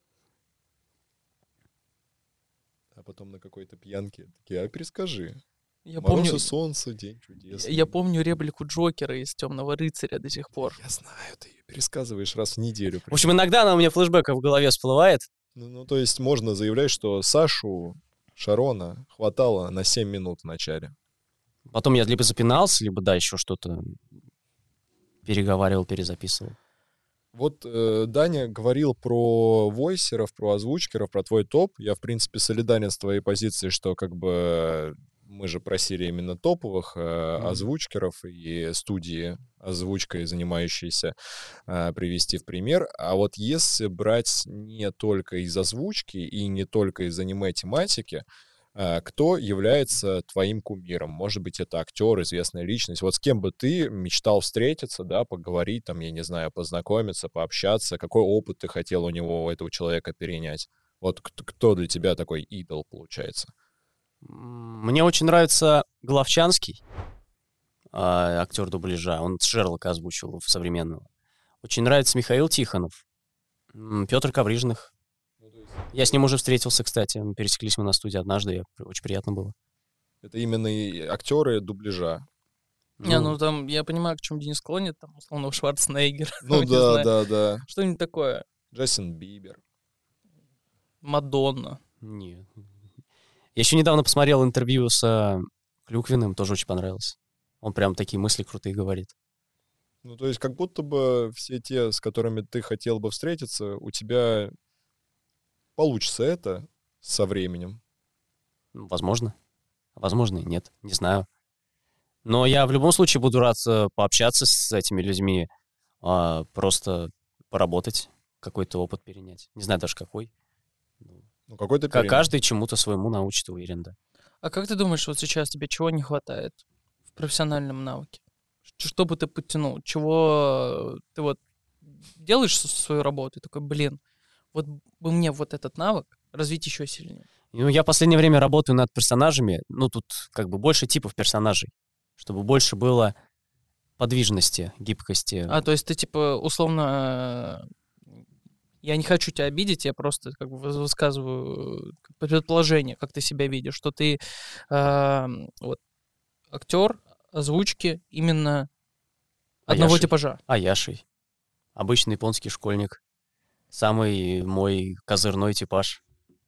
А потом на какой-то пьянке такие, а перескажи. Я Мороз помню, и солнце, день чудесный. я помню реплику Джокера из «Темного рыцаря» до сих пор. Я знаю, ты ее пересказываешь раз в неделю. В общем, иногда она у меня флешбеком в голове всплывает. Ну, то есть можно заявлять, что Сашу Шарона хватало на 7 минут в начале. Потом я либо запинался, либо, да, еще что-то переговаривал, перезаписывал. Вот Даня говорил про войсеров, про озвучкеров, про твой топ. Я, в принципе, солидарен с твоей позицией, что как бы мы же просили именно топовых озвучкеров и студии озвучкой, занимающиеся, привести в пример. А вот если брать не только из озвучки и не только из аниме-тематики, Кто является твоим кумиром? Может быть, это актер, известная личность. Вот с кем бы ты мечтал встретиться, да, поговорить, там, я не знаю, познакомиться, пообщаться? Какой опыт ты хотел у него, у этого человека перенять? Вот кто для тебя такой идол, получается? Мне очень нравится Головчанский, актер дубляжа. Он Шерлока озвучивал в современного. Очень нравится Михаил Тихонов, Петр Коврижных. Я с ним уже встретился, кстати. Пересеклись мы на студии однажды, очень приятно было. Это именно и актеры дубляжа. Не, ну там, я понимаю, к чему Денис клонит, там, условно, Шварценеггер. Ну не да, знаю. да. Что-нибудь такое. Джастин Бибер. Мадонна. Нет. Я еще недавно посмотрел интервью с Клюквиным, тоже очень понравилось. Он прям такие мысли крутые говорит. Ну, то есть как будто бы все те, с которыми ты хотел бы встретиться, у тебя получится это со временем. Возможно. Возможно и нет. Не знаю. Но я в любом случае буду рад пообщаться с этими людьми, просто поработать, какой-то опыт перенять. Не знаю даже какой. Ну, какой-то период. Каждый чему-то своему научит, уверен, да. А как ты думаешь, вот сейчас тебе чего не хватает в профессиональном навыке? Что бы ты подтянул? Чего ты вот делаешь свою работу и такой, блин, вот бы мне вот этот навык развить еще сильнее? Ну, я в последнее время работаю над персонажами. Ну, тут как бы больше типов персонажей, чтобы больше было подвижности, гибкости. То есть ты типа условно... Я не хочу тебя обидеть, я просто как бы высказываю предположение, как ты себя видишь, что ты вот актер озвучки именно одного Аяши. типажа. Аяши. Обычный японский школьник. Самый мой козырной типаж.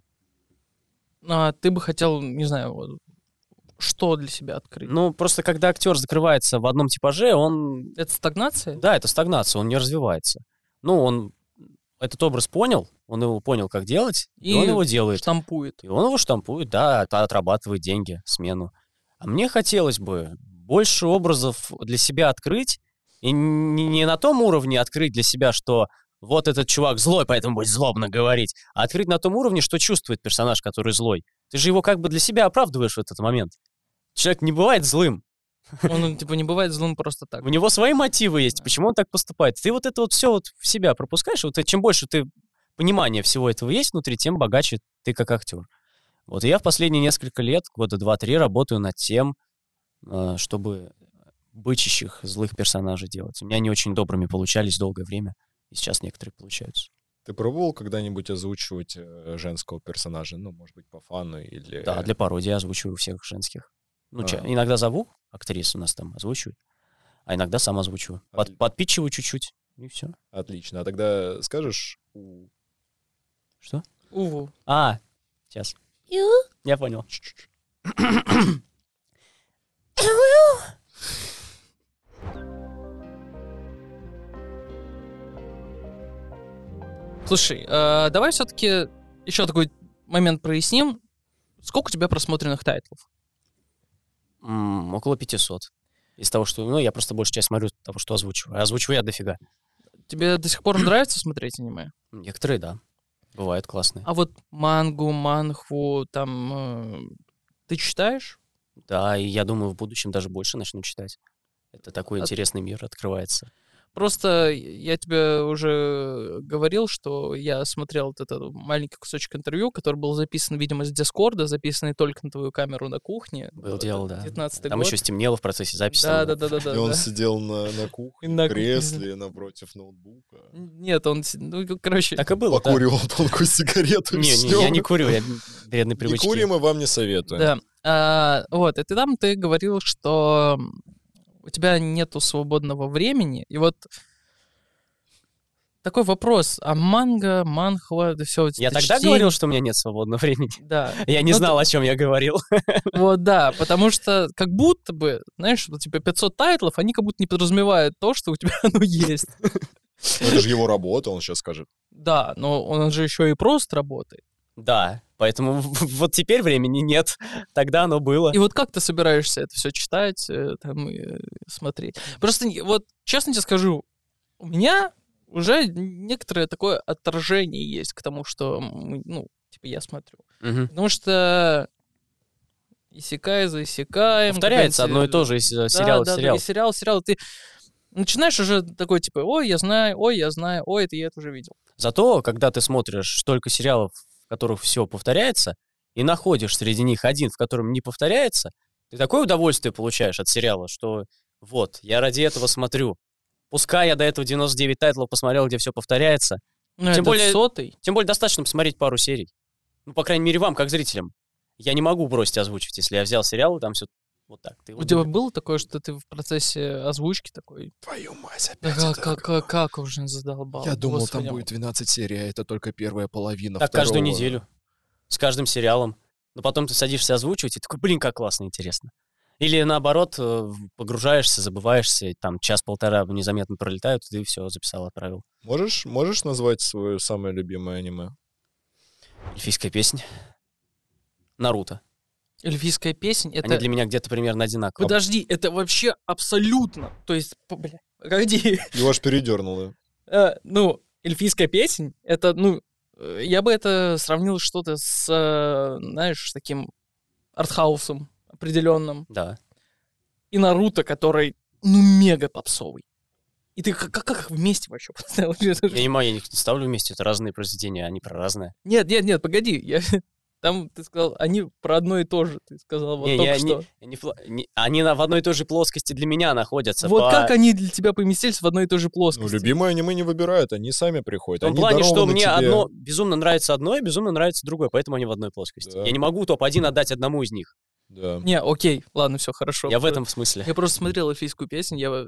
А ты бы хотел, не знаю, вот, что для себя открыть? Ну, просто когда актер закрывается в одном типаже, он... Это стагнация? Да, это стагнация, он не развивается. Ну, он этот образ понял, он его понял, как делать, и он его делает. Штампует. И он его штампует, да, отрабатывает деньги, смену. А мне хотелось бы больше образов для себя открыть, и не на том уровне открыть для себя, что вот этот чувак злой, поэтому будет злобно говорить, а открыть на том уровне, что чувствует персонаж, который злой. Ты же его как бы для себя оправдываешь в этот момент. Человек не бывает злым. Он, типа, не бывает злым просто так. У него свои мотивы есть, почему он так поступает. Ты вот это вот все вот в себя пропускаешь, вот чем больше ты понимания всего этого есть внутри, тем богаче ты как актер. Вот и я в последние несколько лет, года 2-3, работаю над тем, чтобы бычащих злых персонажей делать. У меня они очень добрыми получались долгое время, и сейчас некоторые получаются. Ты пробовал когда-нибудь озвучивать женского персонажа? Ну, может быть, по фану или... Да, для пародии озвучиваю всех женских. Ну, иногда зову актрис у нас там озвучивают, а иногда сам озвучиваю. Подпитчиваю чуть-чуть, и все. Отлично. А тогда скажешь Что? Уву. Сейчас. Я понял. Слушай, давай все-таки еще такой момент проясним. Сколько у тебя просмотренных тайтлов? Около 500. Из того, что... Ну, я просто большую часть смотрю того, что озвучиваю. Озвучиваю я дофига. Тебе до сих пор нравится смотреть аниме? Некоторые, да. Бывают классные. А вот мангу, манхву, там... ты читаешь? Да, и я думаю, в будущем даже больше начну читать. Это такой интересный мир открывается. Просто я тебе уже говорил, что я смотрел вот этот маленький кусочек интервью, который был записан, видимо, с Дискорда, записанный только на твою камеру на кухне. Был дело, да. 19-й Там год. еще стемнело в процессе записи. Да. И он сидел на кухне, На в кресле, напротив ноутбука. Нет, он... Ну, короче... Так и было, покуривал тонкую сигарету. Не, я не курю, я вредные привычки. Не курим, и вам не советую. Да. Вот, и ты говорил, что у тебя нету свободного времени, и вот такой вопрос, а манхва, это все... Я тогда говорил, что у меня нет свободного времени? Да. Я не знал, о чем я говорил. Вот, да, потому что как будто бы, знаешь, вот типа 500 тайтлов, они как будто не подразумевают то, что у тебя оно есть. Это же его работа, он сейчас скажет. Да, но он же еще и просто работает. Да, поэтому вот теперь времени нет, тогда оно было. И вот как ты собираешься это все читать, там, и смотреть? Просто вот, честно тебе скажу, у меня уже некоторое такое отторжение есть к тому, что, ну, типа, я смотрю. Мгм. Потому что Исекай, заисекаем. Повторяется одно и то же из сериала в сериал. Сериал. Ты начинаешь уже такой, типа, ой, я знаю, ой, это я это уже видел. Зато, когда ты смотришь столько сериалов, в которых все повторяется, и находишь среди них один, в котором не повторяется, ты такое удовольствие получаешь от сериала, что вот, я ради этого смотрю. Пускай я до этого 99 тайтлов посмотрел, где все повторяется. Ну, Тем более 100-й. Тем более достаточно посмотреть пару серий. Ну, по крайней мере, вам, как зрителям. Я не могу бросить озвучивать, если я взял сериал, и там все вот так. У тебя было такое, что ты в процессе озвучки такой... Твою мать, опять Как уже задолбал. Я думал, Господи, там будет 12 серий, а это только первая половина Так второго. каждую неделю. С каждым сериалом. Но потом ты садишься озвучивать, и такой, блин, как классно, интересно. Или наоборот, погружаешься, забываешься, и там час-полтора незаметно пролетают, и ты все записал, отправил. Можешь назвать свое самое любимое аниме? Эльфийская песня. Наруто. Эльфийская песня, это... Они для меня где-то примерно одинаковые. Подожди, это вообще абсолютно... То есть, бля, погоди. Его аж передернуло. Эльфийская песня, это, я бы это сравнил что-то с, знаешь, таким артхаусом определенным. Да. И Наруто, который, мега попсовый. И ты как их вместе вообще поставил? Я не могу, я их не ставлю вместе, это разные произведения, они про разные. Нет, погоди, там ты сказал, они про одно и то же, ты сказал вот только что. Они в одной и той же плоскости для меня находятся. Вот как они для тебя поместились в одной и той же плоскости? Любимое аниме не выбирают, они сами приходят. В том плане, что мне одно безумно нравится одно, и безумно нравится другое, поэтому они в одной плоскости. Да. Я не могу топ-1 отдать одному из них. Да. Не, окей, ладно, все хорошо. Я в этом смысле. Я просто смотрел эльфийскую песню,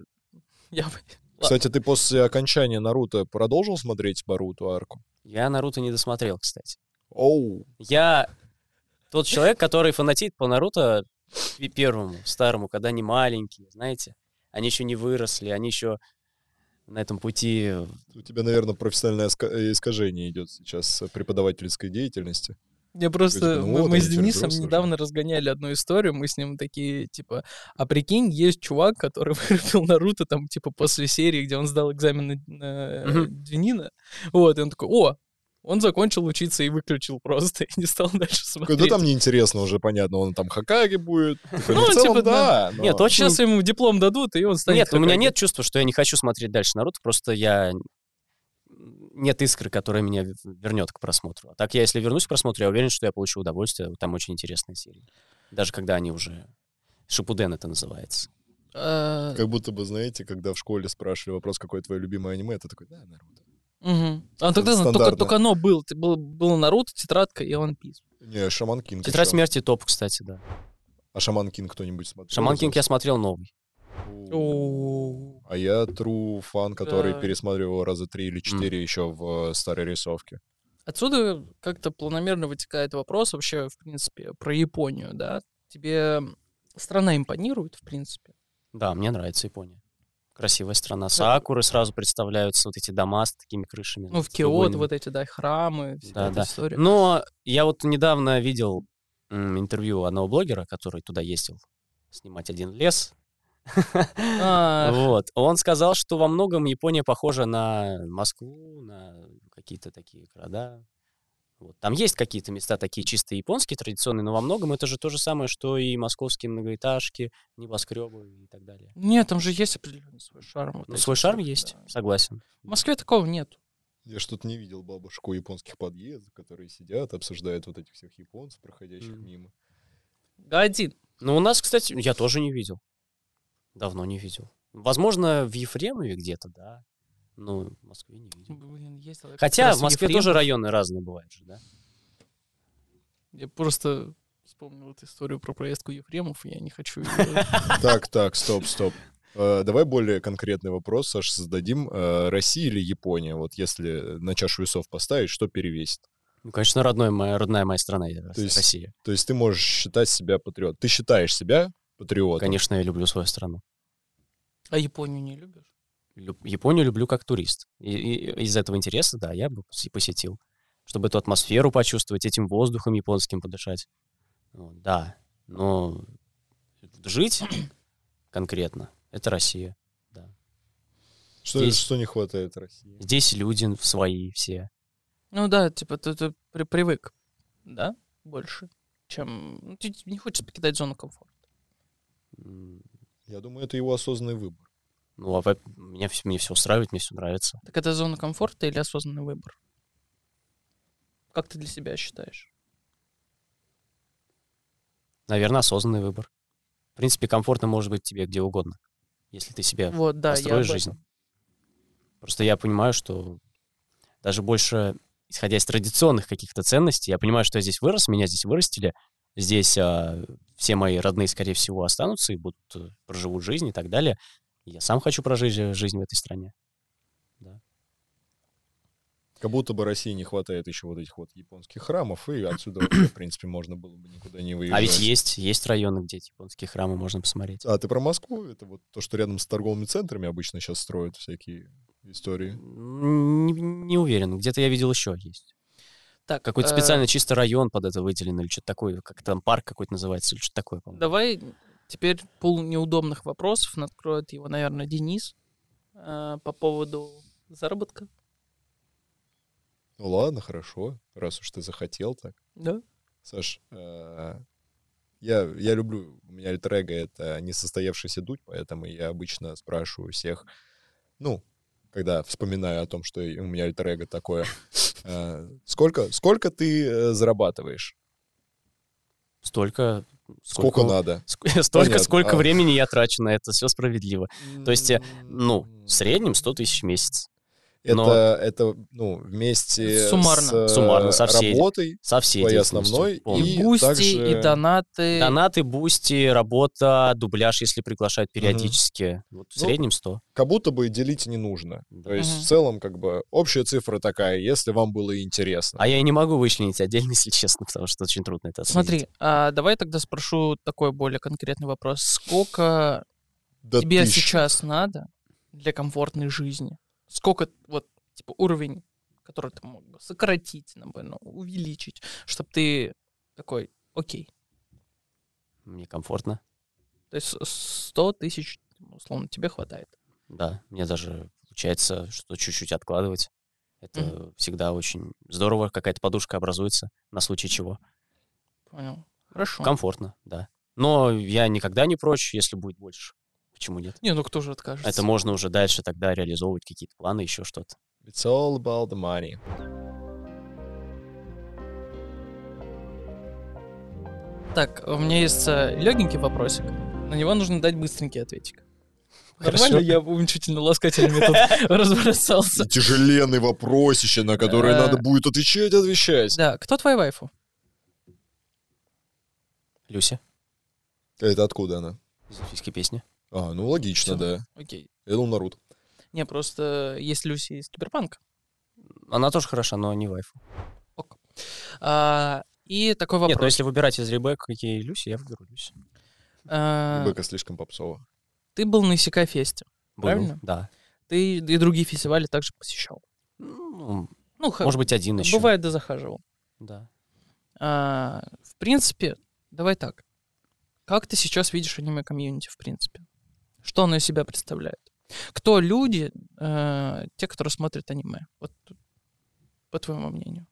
Кстати, ты после окончания Наруто продолжил смотреть Боруто арку? Я Наруто не досмотрел, кстати. Оу. Я тот человек, который фанатеет по Наруто первому, старому, когда они маленькие, знаете. Они еще не выросли, они еще на этом пути... У тебя, наверное, профессиональное искажение идет сейчас преподавательской деятельности. Я просто... Мы с Денисом взрослые недавно разгоняли одну историю, мы с ним такие, типа, а прикинь, есть чувак, который вырубил Наруто, там, типа, после серии, где он сдал экзамен на Дюнина. Вот, и он такой, он закончил учиться и выключил просто, и не стал дальше смотреть. Да там неинтересно уже, понятно, он там Хокаге будет. Ну, типа, да. Нет, очень... Сейчас ему диплом дадут, и он станет Нет, у меня Хокаге. нет чувства, что я не хочу смотреть дальше Наруто, просто нет искры, которая меня вернет к просмотру. А так я, если вернусь к просмотру, я уверен, что я получу удовольствие. Там очень интересные серии. Даже когда они уже... Шипуден это называется. Как будто бы, знаете, когда в школе спрашивали вопрос, какое твое любимое аниме, ты такой, да, Наруто. Угу. А тогда только оно было. Было Наруто, Тетрадка и One Piece. Не, Шаман Кинг. Тетрадь смерти топ, кстати, да. А Шаман Кинг кто-нибудь смотрел? Шаман Кинг я смотрел новый. А я true фан, который пересматривал раза 3 или 4 еще в старой рисовке. Отсюда как-то планомерно вытекает вопрос вообще, в принципе, про Японию, да? Тебе страна импонирует, в принципе? Да, мне нравится Япония. Красивая страна. Сакуры сразу представляются, вот эти дома с такими крышами. Ну, в Киото вот эти, да, храмы, вся эта история. Но я вот недавно видел интервью одного блогера, который туда ездил снимать один лес. Вот. Он сказал, что во многом Япония похожа на Москву, на какие-то такие города. Вот. Там есть какие-то места такие чисто японские, традиционные, но во многом это же то же самое, что и московские многоэтажки, небоскребы и так далее. Нет, там же есть определенный свой шарм. Ну, свой шарм есть, согласен. В Москве такого нет. Я что-то не видел бабушек у японских подъездов, которые сидят, обсуждают вот этих всех японцев, проходящих мимо. Один. Ну, у нас, кстати, я тоже не видел. Давно не видел. Возможно, в Ефремове где-то, да. Ну, в Москве не видел. Блин, ездил. Хотя в Москве тоже районы разные бывают же, да? Я просто вспомнил эту историю про поездку Ефремов, и я не хочу... Так, стоп. Давай более конкретный вопрос, Саш, зададим. Россия или Япония? Вот если на чашу весов поставить, что перевесит? Ну, конечно, родная моя страна, Россия. То есть ты можешь считать себя патриотом. Ты считаешь себя патриотом? Конечно, я люблю свою страну. А Японию не любишь? Японию люблю как турист. И из этого интереса, да, я бы посетил. Чтобы эту атмосферу почувствовать, этим воздухом японским подышать. Да, но жить конкретно — это Россия, да. Что не хватает России? Здесь люди свои все. Ну да, типа ты привык, да, больше, чем... Ну, ты не хочешь покидать зону комфорта. Я думаю, это его осознанный выбор. Ну, мне все устраивает, мне все нравится. Так это зона комфорта или осознанный выбор? Как ты для себя считаешь? Наверное, осознанный выбор. В принципе, комфортно может быть тебе где угодно, если ты себе Вот, да, я построишь об жизнь. этом. Просто я понимаю, что даже больше, исходя из традиционных каких-то ценностей, я понимаю, что я здесь вырос, меня здесь вырастили, здесь все мои родные, скорее всего, останутся и будут проживут жизнь и так далее. И я сам хочу прожить жизнь в этой стране. Да. Как будто бы России не хватает еще вот этих вот японских храмов, и отсюда вообще, в принципе, можно было бы никуда не выезжать. А ведь есть районы, где эти японские храмы можно посмотреть. А, ты про Москву? Это вот то, что рядом с торговыми центрами обычно сейчас строят всякие истории. Не уверен. Где-то я видел еще есть. Так, Какой-то специальный чисто район под это выделен или что-то такое. Как там парк какой-то называется или что-то такое, по-моему. давай теперь пул неудобных вопросов. Откроет его, наверное, Денис по поводу заработка. Ну ладно, хорошо, раз уж ты захотел так. Да? Саш, я люблю, у меня альтер-эго — это несостоявшийся дудь, поэтому я обычно спрашиваю всех, ну, когда вспоминаю о том, что у меня альтер-эго такое, сколько ты зарабатываешь? Сколько Надо? Столько, Понятно. сколько времени я трачу на это, все справедливо. То есть, в среднем 100 тысяч в месяц. Это вместе Суммарно. Со всей работой, Со всей твоей деятельностью основной, полностью. И бусти, также- и донаты. Донаты, бусти, работа, дубляж, если приглашают периодически. Вот в Ну, среднем 100. как будто бы делить не нужно. Да. То есть Мгм. в целом как бы общая цифра такая, если вам было интересно. А я и не могу вычленить отдельно, если честно, потому что очень трудно это отследить. Смотри, давай тогда спрошу такой более конкретный вопрос. Сколько До тебе 1000. сейчас надо для комфортной жизни? Сколько вот типа уровень, который ты мог бы сократить, наверное, увеличить, чтобы ты такой, окей. Мне комфортно. То есть 100 тысяч, условно, тебе хватает. Да, мне даже получается, что чуть-чуть откладывать. Это всегда очень здорово, какая-то подушка образуется на случай чего. Понял. Хорошо. Комфортно, да. Но я никогда не прочь, если будет больше. Почему нет? Не, ну кто же откажется? Это можно уже дальше тогда реализовывать какие-то планы, еще что-то. It's all about the money. Так, у меня есть легенький вопросик. На него нужно дать быстренький ответик. Хорошо. Нормально я уменьшительно-ласкательными тут разбросался. Тяжеленный вопросище, на который надо будет отвечать. Да, кто твоя вайфу? Люся Это откуда она? из эльфийской песни. Ну логично, Всё. да. Окей. Я думал, Наруто. Не, просто есть Люси из Киберпанка. Она тоже хороша, но не вайфу. Ок. И такой Нет, но вопрос. если выбирать из Ребекки и Люси, я выберу Люси. Бэка слишком попсово. Ты был на Исекай фесте, Был, правильно? да. Ты и другие фестивали также посещал. Ну, Ну, может быть, один еще. бывает, да захаживал. Да. В принципе, давай так. Как ты сейчас видишь аниме-комьюнити, в принципе? Что оно из себя представляет? Кто люди, те, которые смотрят аниме? Вот по твоему мнению.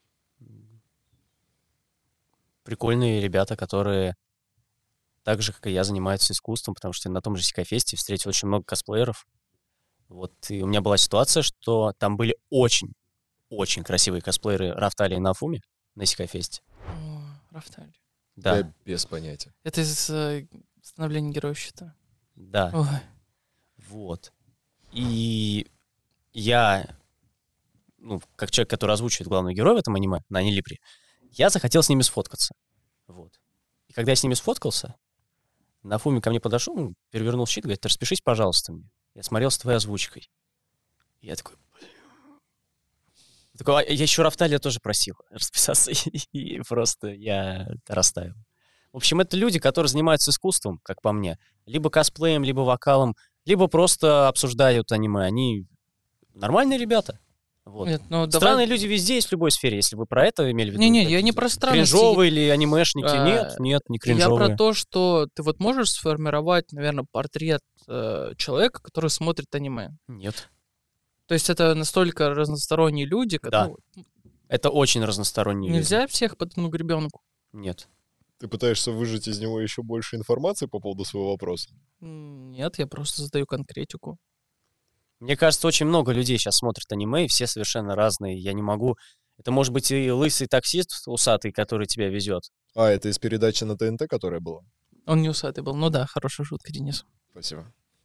Прикольные ребята, которые так же, как и я, занимаются искусством, потому что на том же Сикафесте встретил очень много косплееров. Вот, и у меня была ситуация, что там были очень красивые косплееры Рафтали и Нафуми на Сикафесте. О, Рафтали. Да, Я без понятия. Это из становления героев щита. да, Ой. вот. И я, как человек, который озвучивает главного героя в этом аниме, на Анилипре, я захотел с ними сфоткаться. Вот. И когда я с ними сфоткался, Нафуми ко мне подошел, перевернул щит, говорит: распишись, пожалуйста, мне. Я смотрел с твоей озвучкой. И я такой... я еще Рафталия тоже просил расписаться, и просто я растаял. В общем, это люди, которые занимаются искусством, как по мне. Либо косплеем, либо вокалом, либо просто обсуждают аниме. Они нормальные ребята. Вот. Нет, ну Странные давай... люди везде есть в любой сфере, если вы про это имели в виду. Не-не, я не про странности. Кринжовые или анимешники? Нет, не Я кринжовые. про то, что ты вот можешь сформировать, наверное, портрет человека, который смотрит аниме. Нет. То есть это настолько разносторонние люди, Да. которые... Это очень разносторонние люди. Нельзя всех под одну гребенку. Нет. Ты пытаешься выжать из него еще больше информации по поводу своего вопроса? Нет, я просто задаю конкретику. Мне кажется, очень много людей сейчас смотрят аниме, и все совершенно разные. Я не могу... Это может быть и лысый таксист усатый, который тебя везет. А, это из передачи на ТНТ, которая была? Он не усатый был. Ну да, хорошая шутка, Денис. Спасибо.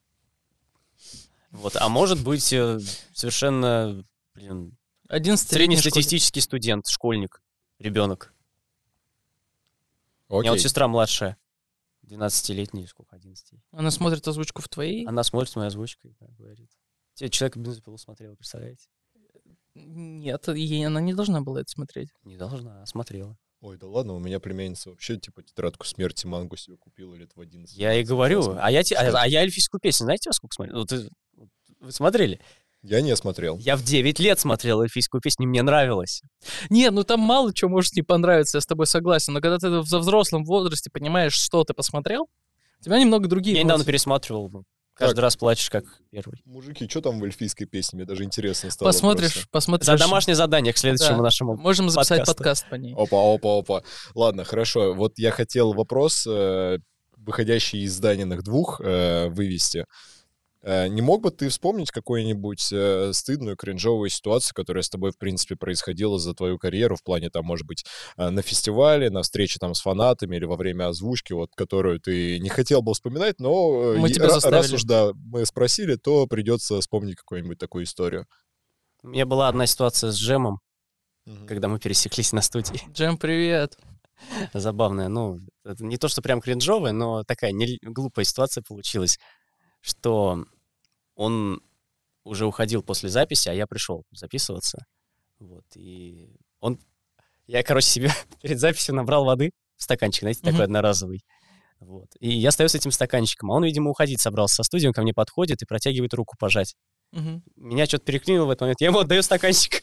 Вот. А может быть совершенно, среднестатистический студент, школьник, ребенок. У меня вот сестра младшая, 12-летняя, сколько, 11. Она смотрит озвучку в твоей? Она смотрит мою озвучку и говорит. Человек бензопилу смотрел, представляете? Нет, ей она не должна была это смотреть. Не должна, а смотрела. Ой, да ладно, у меня племянница вообще, типа, тетрадку смерти мангу себе купила лет в 11. Я и говорю, а я эльфийскую песню, знаете, во сколько смотрел? Вы смотрели? Я не смотрел. Я в 9 лет смотрел эльфийскую песню, мне нравилось. Не, ну там мало чего может не понравиться, я с тобой согласен. Но когда ты во взрослом возрасте понимаешь, что ты посмотрел, у тебя немного другие... Я недавно пересматривал. Каждый раз плачешь, как первый. Мужики, что там в эльфийской песне? Мне даже интересно стало. Посмотришь. За домашнее задание к следующему нашему Можем записать подкасту. подкаст по ней. Опа. Ладно, хорошо. Вот я хотел вопрос, выходящий из Даниных двух, вывести. Не мог бы ты вспомнить какую-нибудь стыдную, кринжовую ситуацию, которая с тобой, в принципе, происходила за твою карьеру, в плане, там, может быть, на фестивале, на встрече там с фанатами или во время озвучки, вот, которую ты не хотел бы вспоминать, но раз уж, да, мы спросили, то придется вспомнить какую-нибудь такую историю. У меня была одна ситуация с Джемом, когда мы пересеклись на студии. Джем, привет. Забавная, это не то, что прям кринжовая, но такая глупая ситуация получилась, что он уже уходил после записи, а я пришел записываться. Вот, и я, себе перед записью набрал воды в стаканчик, знаете, такой одноразовый. Вот. И я стою с этим стаканчиком, а он, видимо, уходить собрался со студии, он ко мне подходит и протягивает руку пожать. Меня что-то переклинило в этот момент, я ему отдаю стаканчик.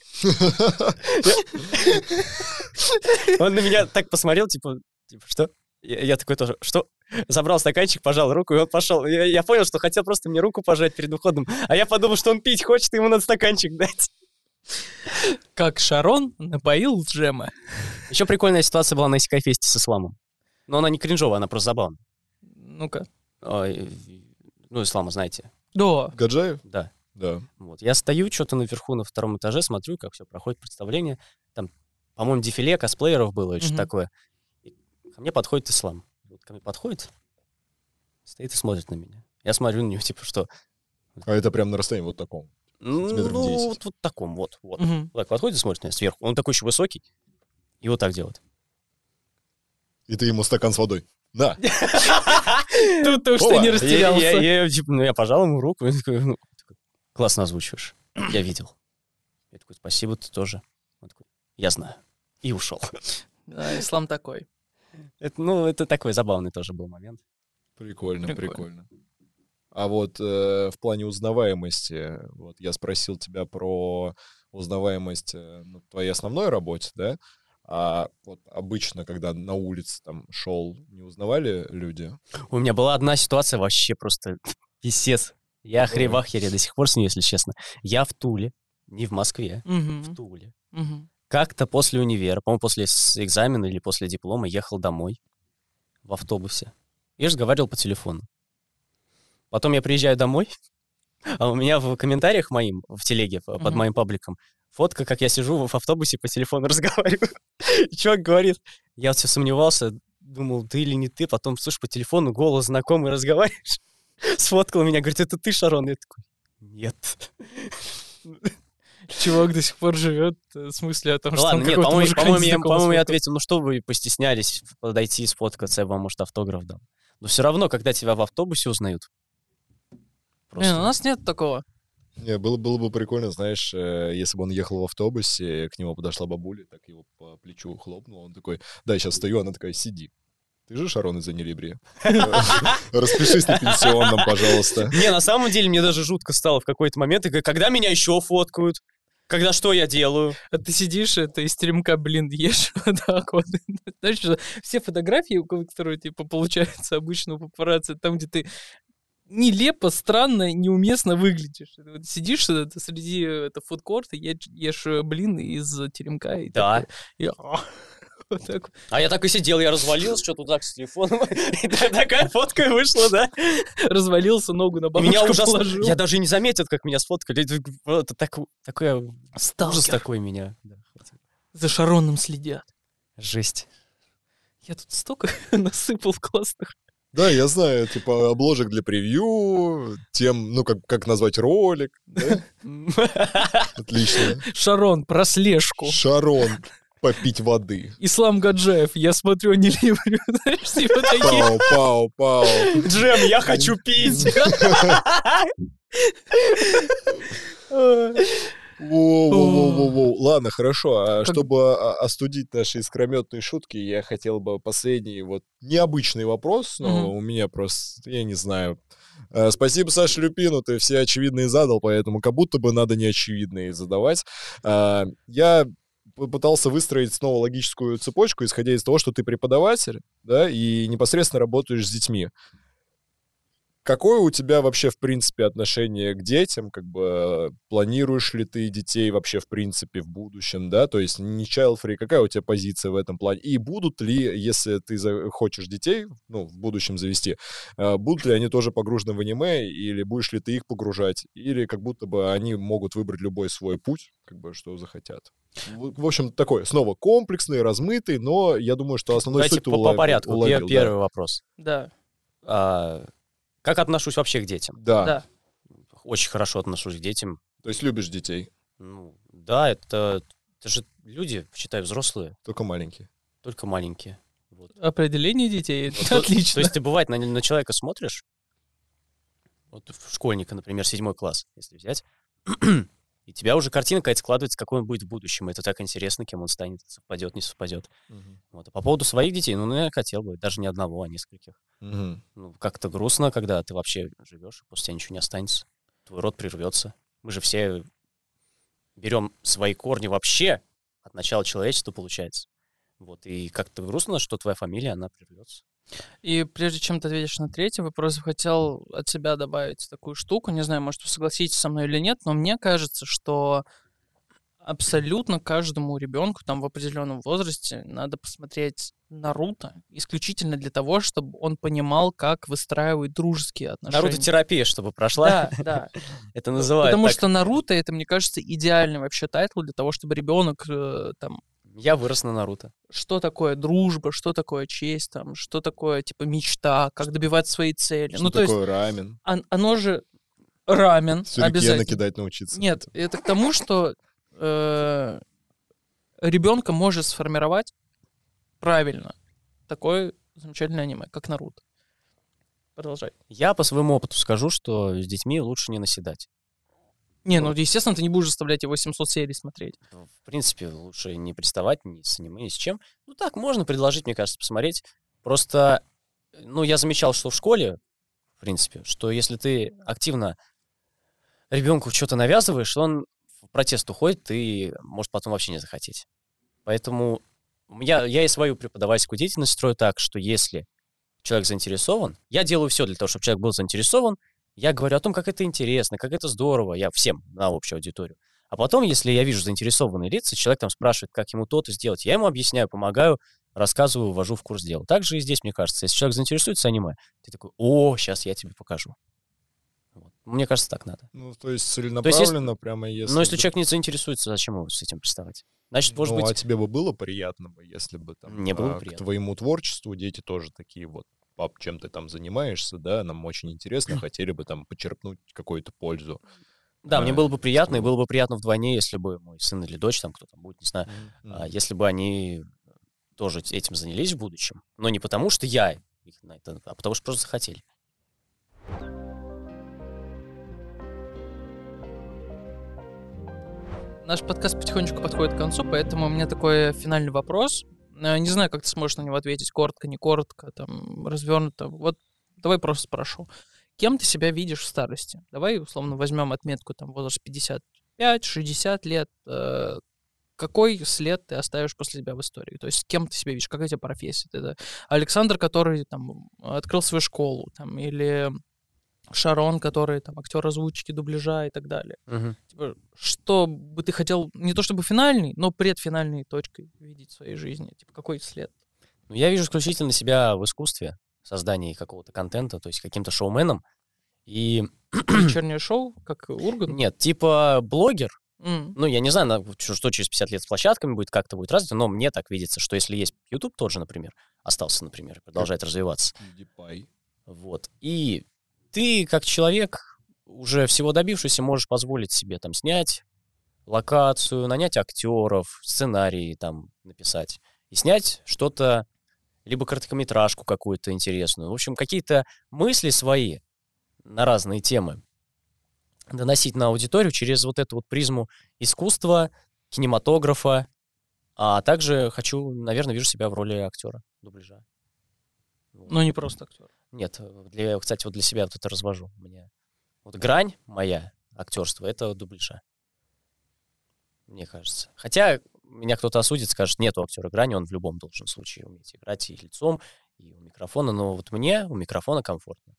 Он на меня так посмотрел, типа, что? Я такой тоже, что? Забрал стаканчик, пожал руку, и он пошел. Я понял, что хотел просто мне руку пожать перед уходом, а я подумал, что он пить хочет, и ему надо стаканчик дать. Как Шарон напоил Джема. Еще прикольная ситуация была на Исикай-фесте с Исламом. Но она не кринжовая, она просто забавная. Ну-ка. Ислама, знаете. Да. Гаджаев? Да. Да. Вот. Я стою что-то наверху на 2-м этаже, смотрю, как все проходит представление. Там, по-моему, дефиле косплееров было, или что-то такое. И ко мне подходит Ислам. Вот ко мне подходит, стоит и смотрит на меня. Я смотрю на него, типа, что... А это прям на расстоянии вот таком? Вот таком, вот. Так подходит и смотрит на меня сверху. Он такой еще высокий. И вот так делает. И ты ему стакан с водой. Да. Тут уж ты не растерялся. Я пожал ему руку, и такой, классно озвучиваешь. Я видел. Я такой, спасибо, ты тоже. Он такой, я знаю. И ушел. Да, Ислам такой. Это такой забавный тоже был момент. Прикольно. А вот в плане узнаваемости, вот я спросил тебя про узнаваемость на твоей основной работе, да? А вот обычно, когда на улице там шел, не узнавали люди? У меня была одна ситуация вообще просто писец. Я в ахере до сих пор с ней, если честно. Я в Туле, не в Москве, в Туле. Как-то после универа, по-моему, после экзамена или после диплома ехал домой в автобусе и разговаривал по телефону. Потом я приезжаю домой, а у меня в комментариях моим, в телеге, под моим пабликом, фотка, как я сижу в автобусе по телефону разговариваю. И чувак говорит, я вот все сомневался, думал, ты или не ты, потом, слушай, по телефону голос знакомый разговариваешь. Сфоткал меня, говорит, это ты, Шарон? Я такой, нет. Чувак до сих пор живет с мыслью о том, что ладно, он нет, какого-то мужика по-моему, я ответил, что вы постеснялись подойти и сфоткаться, я вам, может, автограф дам. Но все равно, когда тебя в автобусе узнают. Просто... у нас нет такого. Не, было бы прикольно, знаешь, если бы он ехал в автобусе, к нему подошла бабуля, так его по плечу хлопнула, он такой, да, сейчас стою, она такая, сиди. Ты же Шарон из Анилибри. Распишись на пенсионном, пожалуйста. Не, на самом деле мне даже жутко стало в какой-то момент, когда меня еще фоткают? Когда что я делаю? А ты сидишь, это из теремка, ешь вот так вот. Знаешь, все фотографии, которые, типа, получаются обычно у папарацци, там, где ты нелепо, странно, неуместно выглядишь. Вот сидишь среди фудкорта, ешь блин из теремка. И да. такой, Вот так. А я так и сидел, я развалился, что-то так с телефоном. И такая фотка вышла, да? Развалился, ногу на И меня бабушку ужасно... положил. Я даже не заметил, как меня сфоткали. Это такой ужас Сталкер. такой меня. Да, За Шароном следят. жесть. Я тут столько насыпал классных. Да, я знаю, типа обложек для превью, тем, ну, как назвать ролик. Да? Отлично. Шарон, про слежку. Шарон. Попить воды. Ислам Гаджаев, я смотрю, не ливрю. Знаешь, типа такие. Пау. Джем, я хочу пить! Воу. Ладно, хорошо. А чтобы остудить наши искрометные шутки, я хотел бы последний вот необычный вопрос, но у меня просто, я не знаю. Спасибо, Саше Люпину, ты все очевидные задал, поэтому как будто бы надо неочевидные задавать. Я пытался выстроить снова логическую цепочку, исходя из того, что ты преподаватель, да, и непосредственно работаешь с детьми. Какое у тебя вообще, в принципе, отношение к детям? Как бы планируешь ли ты детей вообще, в принципе, в будущем, да? То есть не child-free, какая у тебя позиция в этом плане? И будут ли, если ты хочешь детей, ну, в будущем завести, будут ли они тоже погружены в аниме, или будешь ли ты их погружать? Или как будто бы они могут выбрать любой свой путь, как бы, что захотят? В общем, такой, снова, комплексный, размытый, но я думаю, что основной Давайте суть ты по порядку. уловил. Первый вопрос. Да. Как отношусь вообще к детям? Да. Очень хорошо отношусь к детям. То есть любишь детей? Ну, да, это же люди, считай, взрослые, Только маленькие. только маленькие. Вот. Определение детей. Вот Отлично. То есть ты, бывает, на человека смотришь, вот в школьника, например, 7 класс, если взять, и тебя уже картинка какая-то складывается, какой он будет в будущем. Это так интересно, кем он станет, совпадет, не совпадет. Вот. А по поводу своих детей, ну, наверное, хотел бы, даже не одного, а нескольких. Ну, как-то грустно, когда ты вообще живешь, и после тебя ничего не останется. Твой род прервется. Мы же все берем свои корни вообще от начала человечества, получается. Вот. И как-то грустно, что твоя фамилия, она прервется. И прежде чем ты ответишь на третий вопрос, я хотел от себя добавить такую штуку. Не знаю, может, вы согласитесь со мной или нет, но мне кажется, что абсолютно каждому ребенку там в определенном возрасте надо посмотреть Наруто исключительно для того, чтобы он понимал, как выстраивать дружеские отношения. Наруто-терапия, чтобы прошла. Да. Это называют Потому так. что Наруто, это, мне кажется, идеальный вообще тайтл для того, чтобы ребенок там... Я вырос на Наруто. Что такое дружба, что такое честь, там, что такое, типа, мечта, как добиваться своей цели. Что такое рамен? Оно же рамен Сюрикены обязательно. кидать научиться. Нет, это к тому, что ребенка может сформировать правильно такое замечательное аниме, как Наруто. Продолжай. Я по своему опыту скажу, что с детьми лучше не наседать. Не, ну, естественно, ты не будешь заставлять его 700 серий смотреть. В принципе, лучше не приставать ни с аниме, ни с чем. Ну так, можно предложить, мне кажется, посмотреть. Просто, ну, я замечал, что в школе, в принципе, что если ты активно ребенку что-то навязываешь, он в протест уходит и может потом вообще не захотеть. Поэтому я и свою преподавательскую деятельность строю так, что если человек заинтересован, я делаю все для того, чтобы человек был заинтересован, я говорю о том, как это интересно, как это здорово, я всем на общую аудиторию. А потом, если я вижу заинтересованные лица, человек там спрашивает, как ему то-то сделать, я ему объясняю, помогаю, рассказываю, ввожу в курс дела. Так же и здесь, мне кажется, если человек заинтересуется аниме, ты такой, сейчас я тебе покажу. Вот. Мне кажется, так надо. Ну, то есть целенаправленно, прямо если... Но если человек не заинтересуется, зачем его с этим приставать? Значит, может быть... а тебе бы было приятно, если бы там Не было бы к приятно. твоему творчеству дети тоже такие вот, пап, чем ты там занимаешься, да, нам очень интересно, хотели бы там почерпнуть какую-то пользу. Да, мне было бы приятно, и было бы приятно вдвойне, если бы мой сын или дочь, там кто там будет, не знаю, если бы они тоже этим занялись в будущем. Но не потому, что я их на это, а потому что просто захотели. Наш подкаст потихонечку подходит к концу, поэтому у меня такой финальный вопрос. Не знаю, как ты сможешь на него ответить, коротко, не коротко, там, развернуто. Вот давай просто спрошу. Кем ты себя видишь в старости? Давай, условно, возьмем отметку, там, возраст 55-60 лет. Какой след ты оставишь после себя в истории? То есть кем ты себя видишь? Какая у тебя профессия? Ты это Александр, который там открыл свою школу, там, или Шарон, который там актер озвучки, дубляжа и так далее. Мгм. Типа, что бы ты хотел, не то чтобы финальный, но предфинальной точкой видеть в своей жизни? Типа, какой след? Ну, я вижу исключительно себя в искусстве, в создании какого-то контента, то есть каким-то шоуменом. И Вечернее шоу, как Ургант? нет, типа блогер. М. Ну, я не знаю, что через 50 лет с площадками будет, как-то будет развито, но мне так видится, что если есть YouTube тот же, например, остался, например, и продолжает развиваться, PewDiePie. вот, и ты, как человек, уже всего добившийся, можешь позволить себе там снять локацию, нанять актеров, сценарий там написать и снять что-то, либо короткометражку какую-то интересную. В общем, какие-то мысли свои на разные темы доносить на аудиторию через вот эту вот призму искусства, кинематографа, а также хочу, наверное, вижу себя в роли актера дубляжа. Вот. Но не просто актер. Нет, кстати, вот для себя вот это развожу. Мне вот грань моя актерства — это дубляжа. Мне кажется. Хотя меня кто-то осудит, скажет, нет у актера грани, он в любом должен случае уметь играть и лицом, и у микрофона, но вот мне у микрофона комфортно.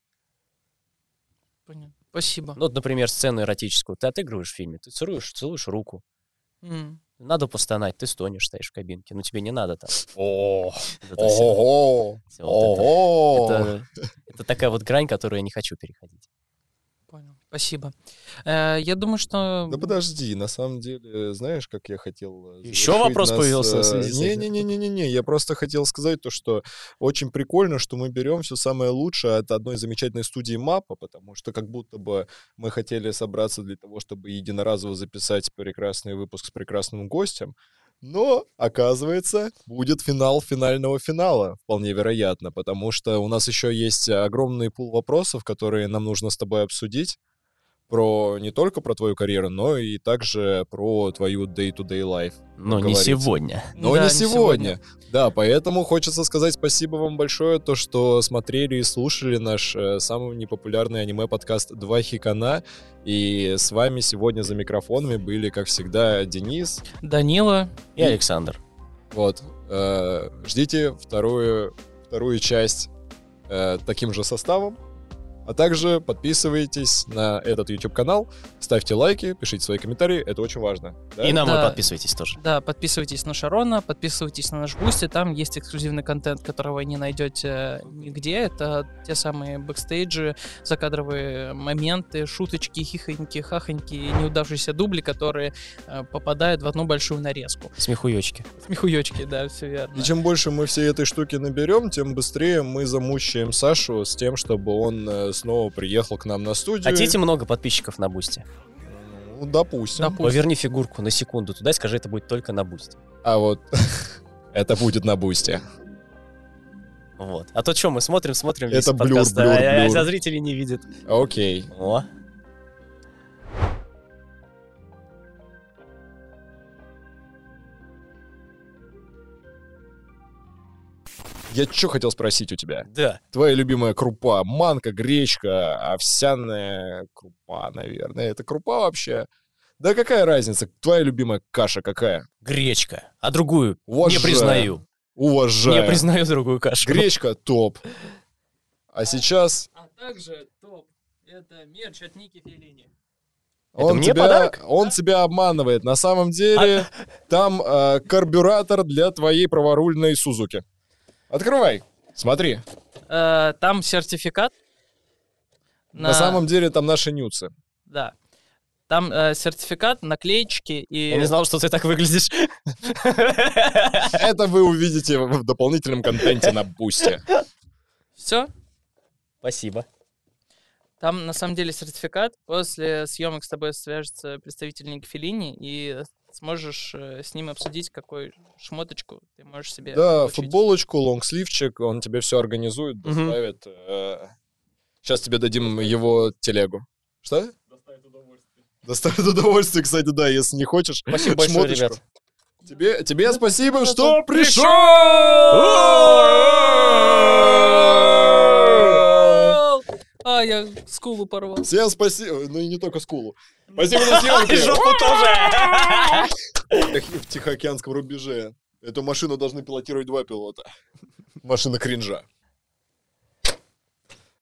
Понятно. Спасибо. Ну, вот, например, сцену эротическую ты отыгрываешь в фильме, ты целуешь руку, М. надо постонать, ты стонешь, стоишь в кабинке, но тебе не надо там. О, Вот это всё. ого, Всё вот это. ого. Это такая вот грань, которую я не хочу переходить. Понял. Спасибо. Я думаю, что... Да подожди, на самом деле, знаешь, как я хотел... Ещё завершить вопрос нас, появился в связи с этим? Не-не-не-не-не, я просто хотел сказать то, что очень прикольно, что мы берем все самое лучшее от одной замечательной студии МАПа, потому что как будто бы мы хотели собраться для того, чтобы единоразово записать прекрасный выпуск с прекрасным гостем, но, оказывается, будет финал финального финала, вполне вероятно, потому что у нас еще есть огромный пул вопросов, которые нам нужно с тобой обсудить, не только про твою карьеру, но и также про твою day-to-day life. Но не говорится. сегодня. Но Да, не сегодня. Да, поэтому хочется сказать спасибо вам большое, то, что смотрели и слушали наш самый непопулярный аниме-подкаст «Два хикана». И с вами сегодня за микрофонами были, как всегда, Денис. Данила. И Александр. Вот. Ждите вторую часть таким же составом. А также подписывайтесь на этот YouTube-канал, ставьте лайки, пишите свои комментарии, это очень важно. Да? И на мой Да. подписывайтесь тоже. Да, подписывайтесь на Шарона, подписывайтесь на наш Бусти, там есть эксклюзивный контент, которого вы не найдете нигде. Это те самые бэкстейджи, закадровые моменты, шуточки, хихоньки, хахоньки, неудавшиеся дубли, которые попадают в одну большую нарезку. Смехуёчки. Смехуёчки, да, все верно. И чем больше мы всей этой штуки наберем, тем быстрее мы замучаем Сашу с тем, чтобы он снова приехал к нам на студию. Хотите много подписчиков на Бусти? Ну, допустим. Поверни фигурку на секунду туда и скажи, это будет только на Бусти. А вот это будет на бусте. Вот. А то что, мы смотрим весь Это блюр, подкаст, блюр, а блюр. зрители не видят. Окей. О. Я что хотел спросить у тебя? Да. Твоя любимая крупа, манка, гречка, овсяная крупа, наверное. Это крупа вообще? Да какая разница? Твоя любимая каша какая? Гречка. А другую Уважаю. не признаю. Уважаю. Не признаю другую кашу. Гречка топ. А сейчас А также топ. Это мерч от Ники Феллини. Это мне подарок? Он тебя обманывает. На самом деле там карбюратор для твоей праворульной Сузуки. Открывай. Смотри. Там сертификат. На самом деле там наши нюцы. Да. Там сертификат, наклеечки и... Я не знал, что ты так выглядишь. Это вы увидите в дополнительном контенте на Бусте. Все. Спасибо. Там на самом деле сертификат. После съемок с тобой свяжется представитель Ники Феллини, и сможешь с ним обсудить, какую шмоточку ты можешь себе Да, получить. футболочку, лонгсливчик, он тебе все организует, доставит. Сейчас тебе дадим его телегу. Что? Доставит удовольствие, кстати, да, если не хочешь. Спасибо большое, шмоточку. ребят. Тебе спасибо, что пришел! Я скулу порвал. Всем спасибо, ну и не только скулу. Спасибо за съемки! И жопу тоже! В Тихоокеанском рубеже. Эту машину должны пилотировать два пилота. Машина кринжа.